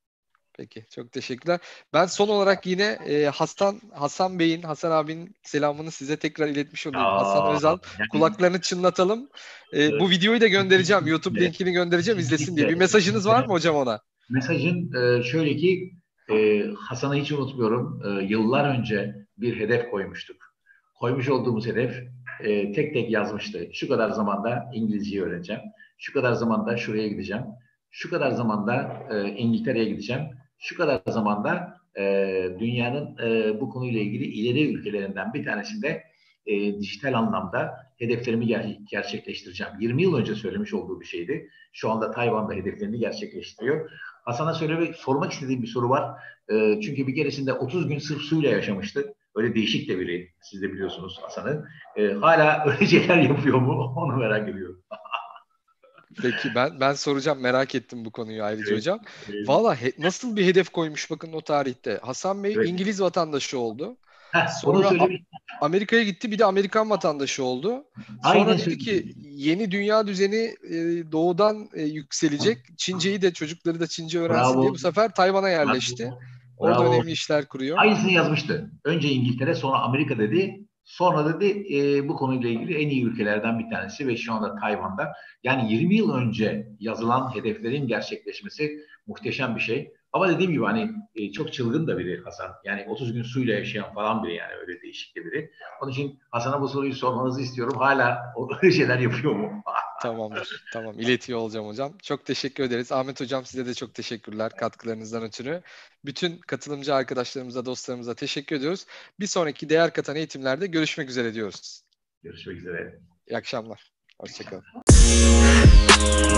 Peki, çok teşekkürler. Ben son olarak yine e, Hasan Hasan Bey'in, Hasan abinin selamını size tekrar iletmiş olayım. Ya, Hasan Özal, yani, kulaklarını çınlatalım. E, Evet. bu videoyu da göndereceğim. YouTube Kesinlikle. linkini göndereceğim, izlesin diye. Kesinlikle. Bir mesajınız var mı hocam ona? Mesajın e, şöyle ki e, Hasan'ı hiç unutmuyorum. E, yıllar önce bir hedef koymuştuk. Koymuş olduğumuz hedef e, tek tek yazmıştı. Şu kadar zamanda İngilizceyi öğreneceğim. Şu kadar zamanda şuraya gideceğim. Şu kadar zamanda e, İngiltere'ye gideceğim. Şu kadar zamanda e, dünyanın e, bu konuyla ilgili ileri ülkelerinden bir tanesinde e, dijital anlamda hedeflerimi ger- gerçekleştireceğim. yirmi yıl önce söylemiş olduğu bir şeydi. Şu anda Tayvan'da hedeflerini gerçekleştiriyor. Hasan'a söylemek, sormak istediğim bir soru var. E, çünkü bir keresinde otuz gün sırf suyla yaşamıştı. Öyle değişik de biri. Siz de biliyorsunuz Hasan'ı. E, hala öyle şeyler yapıyor mu? Onu merak ediyorum. Peki ben ben soracağım, merak ettim bu konuyu ayrıca Evet, hocam. evet. Valla he- nasıl bir hedef koymuş bakın o tarihte. Hasan Bey Evet. İngiliz vatandaşı oldu. Heh, onu Sonra A- söylemiş. Amerika'ya gitti, bir de Amerikan vatandaşı oldu. Aynen Sonra dedi söyledi. ki yeni dünya düzeni e, doğudan e, yükselecek. Çinceyi de, çocukları da Çince öğrensin Bravo. diye bu sefer Tayvan'a yerleşti. Bravo. Orada Bravo. önemli işler kuruyor. Aynısını yazmıştı. Önce İngiltere, sonra Amerika dedi. Sonra dedi e, bu konuyla ilgili en iyi ülkelerden bir tanesi ve şu anda Tayvan'da. Yani yirmi yıl önce yazılan hedeflerin gerçekleşmesi muhteşem bir şey. Ama dediğim gibi hani e, çok çılgın da biri Hasan. Yani otuz gün suyla yaşayan falan biri, yani öyle değişik de biri. Onun için Hasan'a bu soruyu sormanızı istiyorum. Hala o öyle şeyler yapıyor mu? Tamamdır. Tamam. İletiyor olacağım hocam. Çok teşekkür ederiz. Ahmet hocam, size de çok teşekkürler katkılarınızdan ötürü. Bütün katılımcı arkadaşlarımıza, dostlarımıza teşekkür ediyoruz. Bir sonraki değer katan eğitimlerde görüşmek üzere diyoruz. Görüşmek üzere. İyi akşamlar. Hoşçakalın.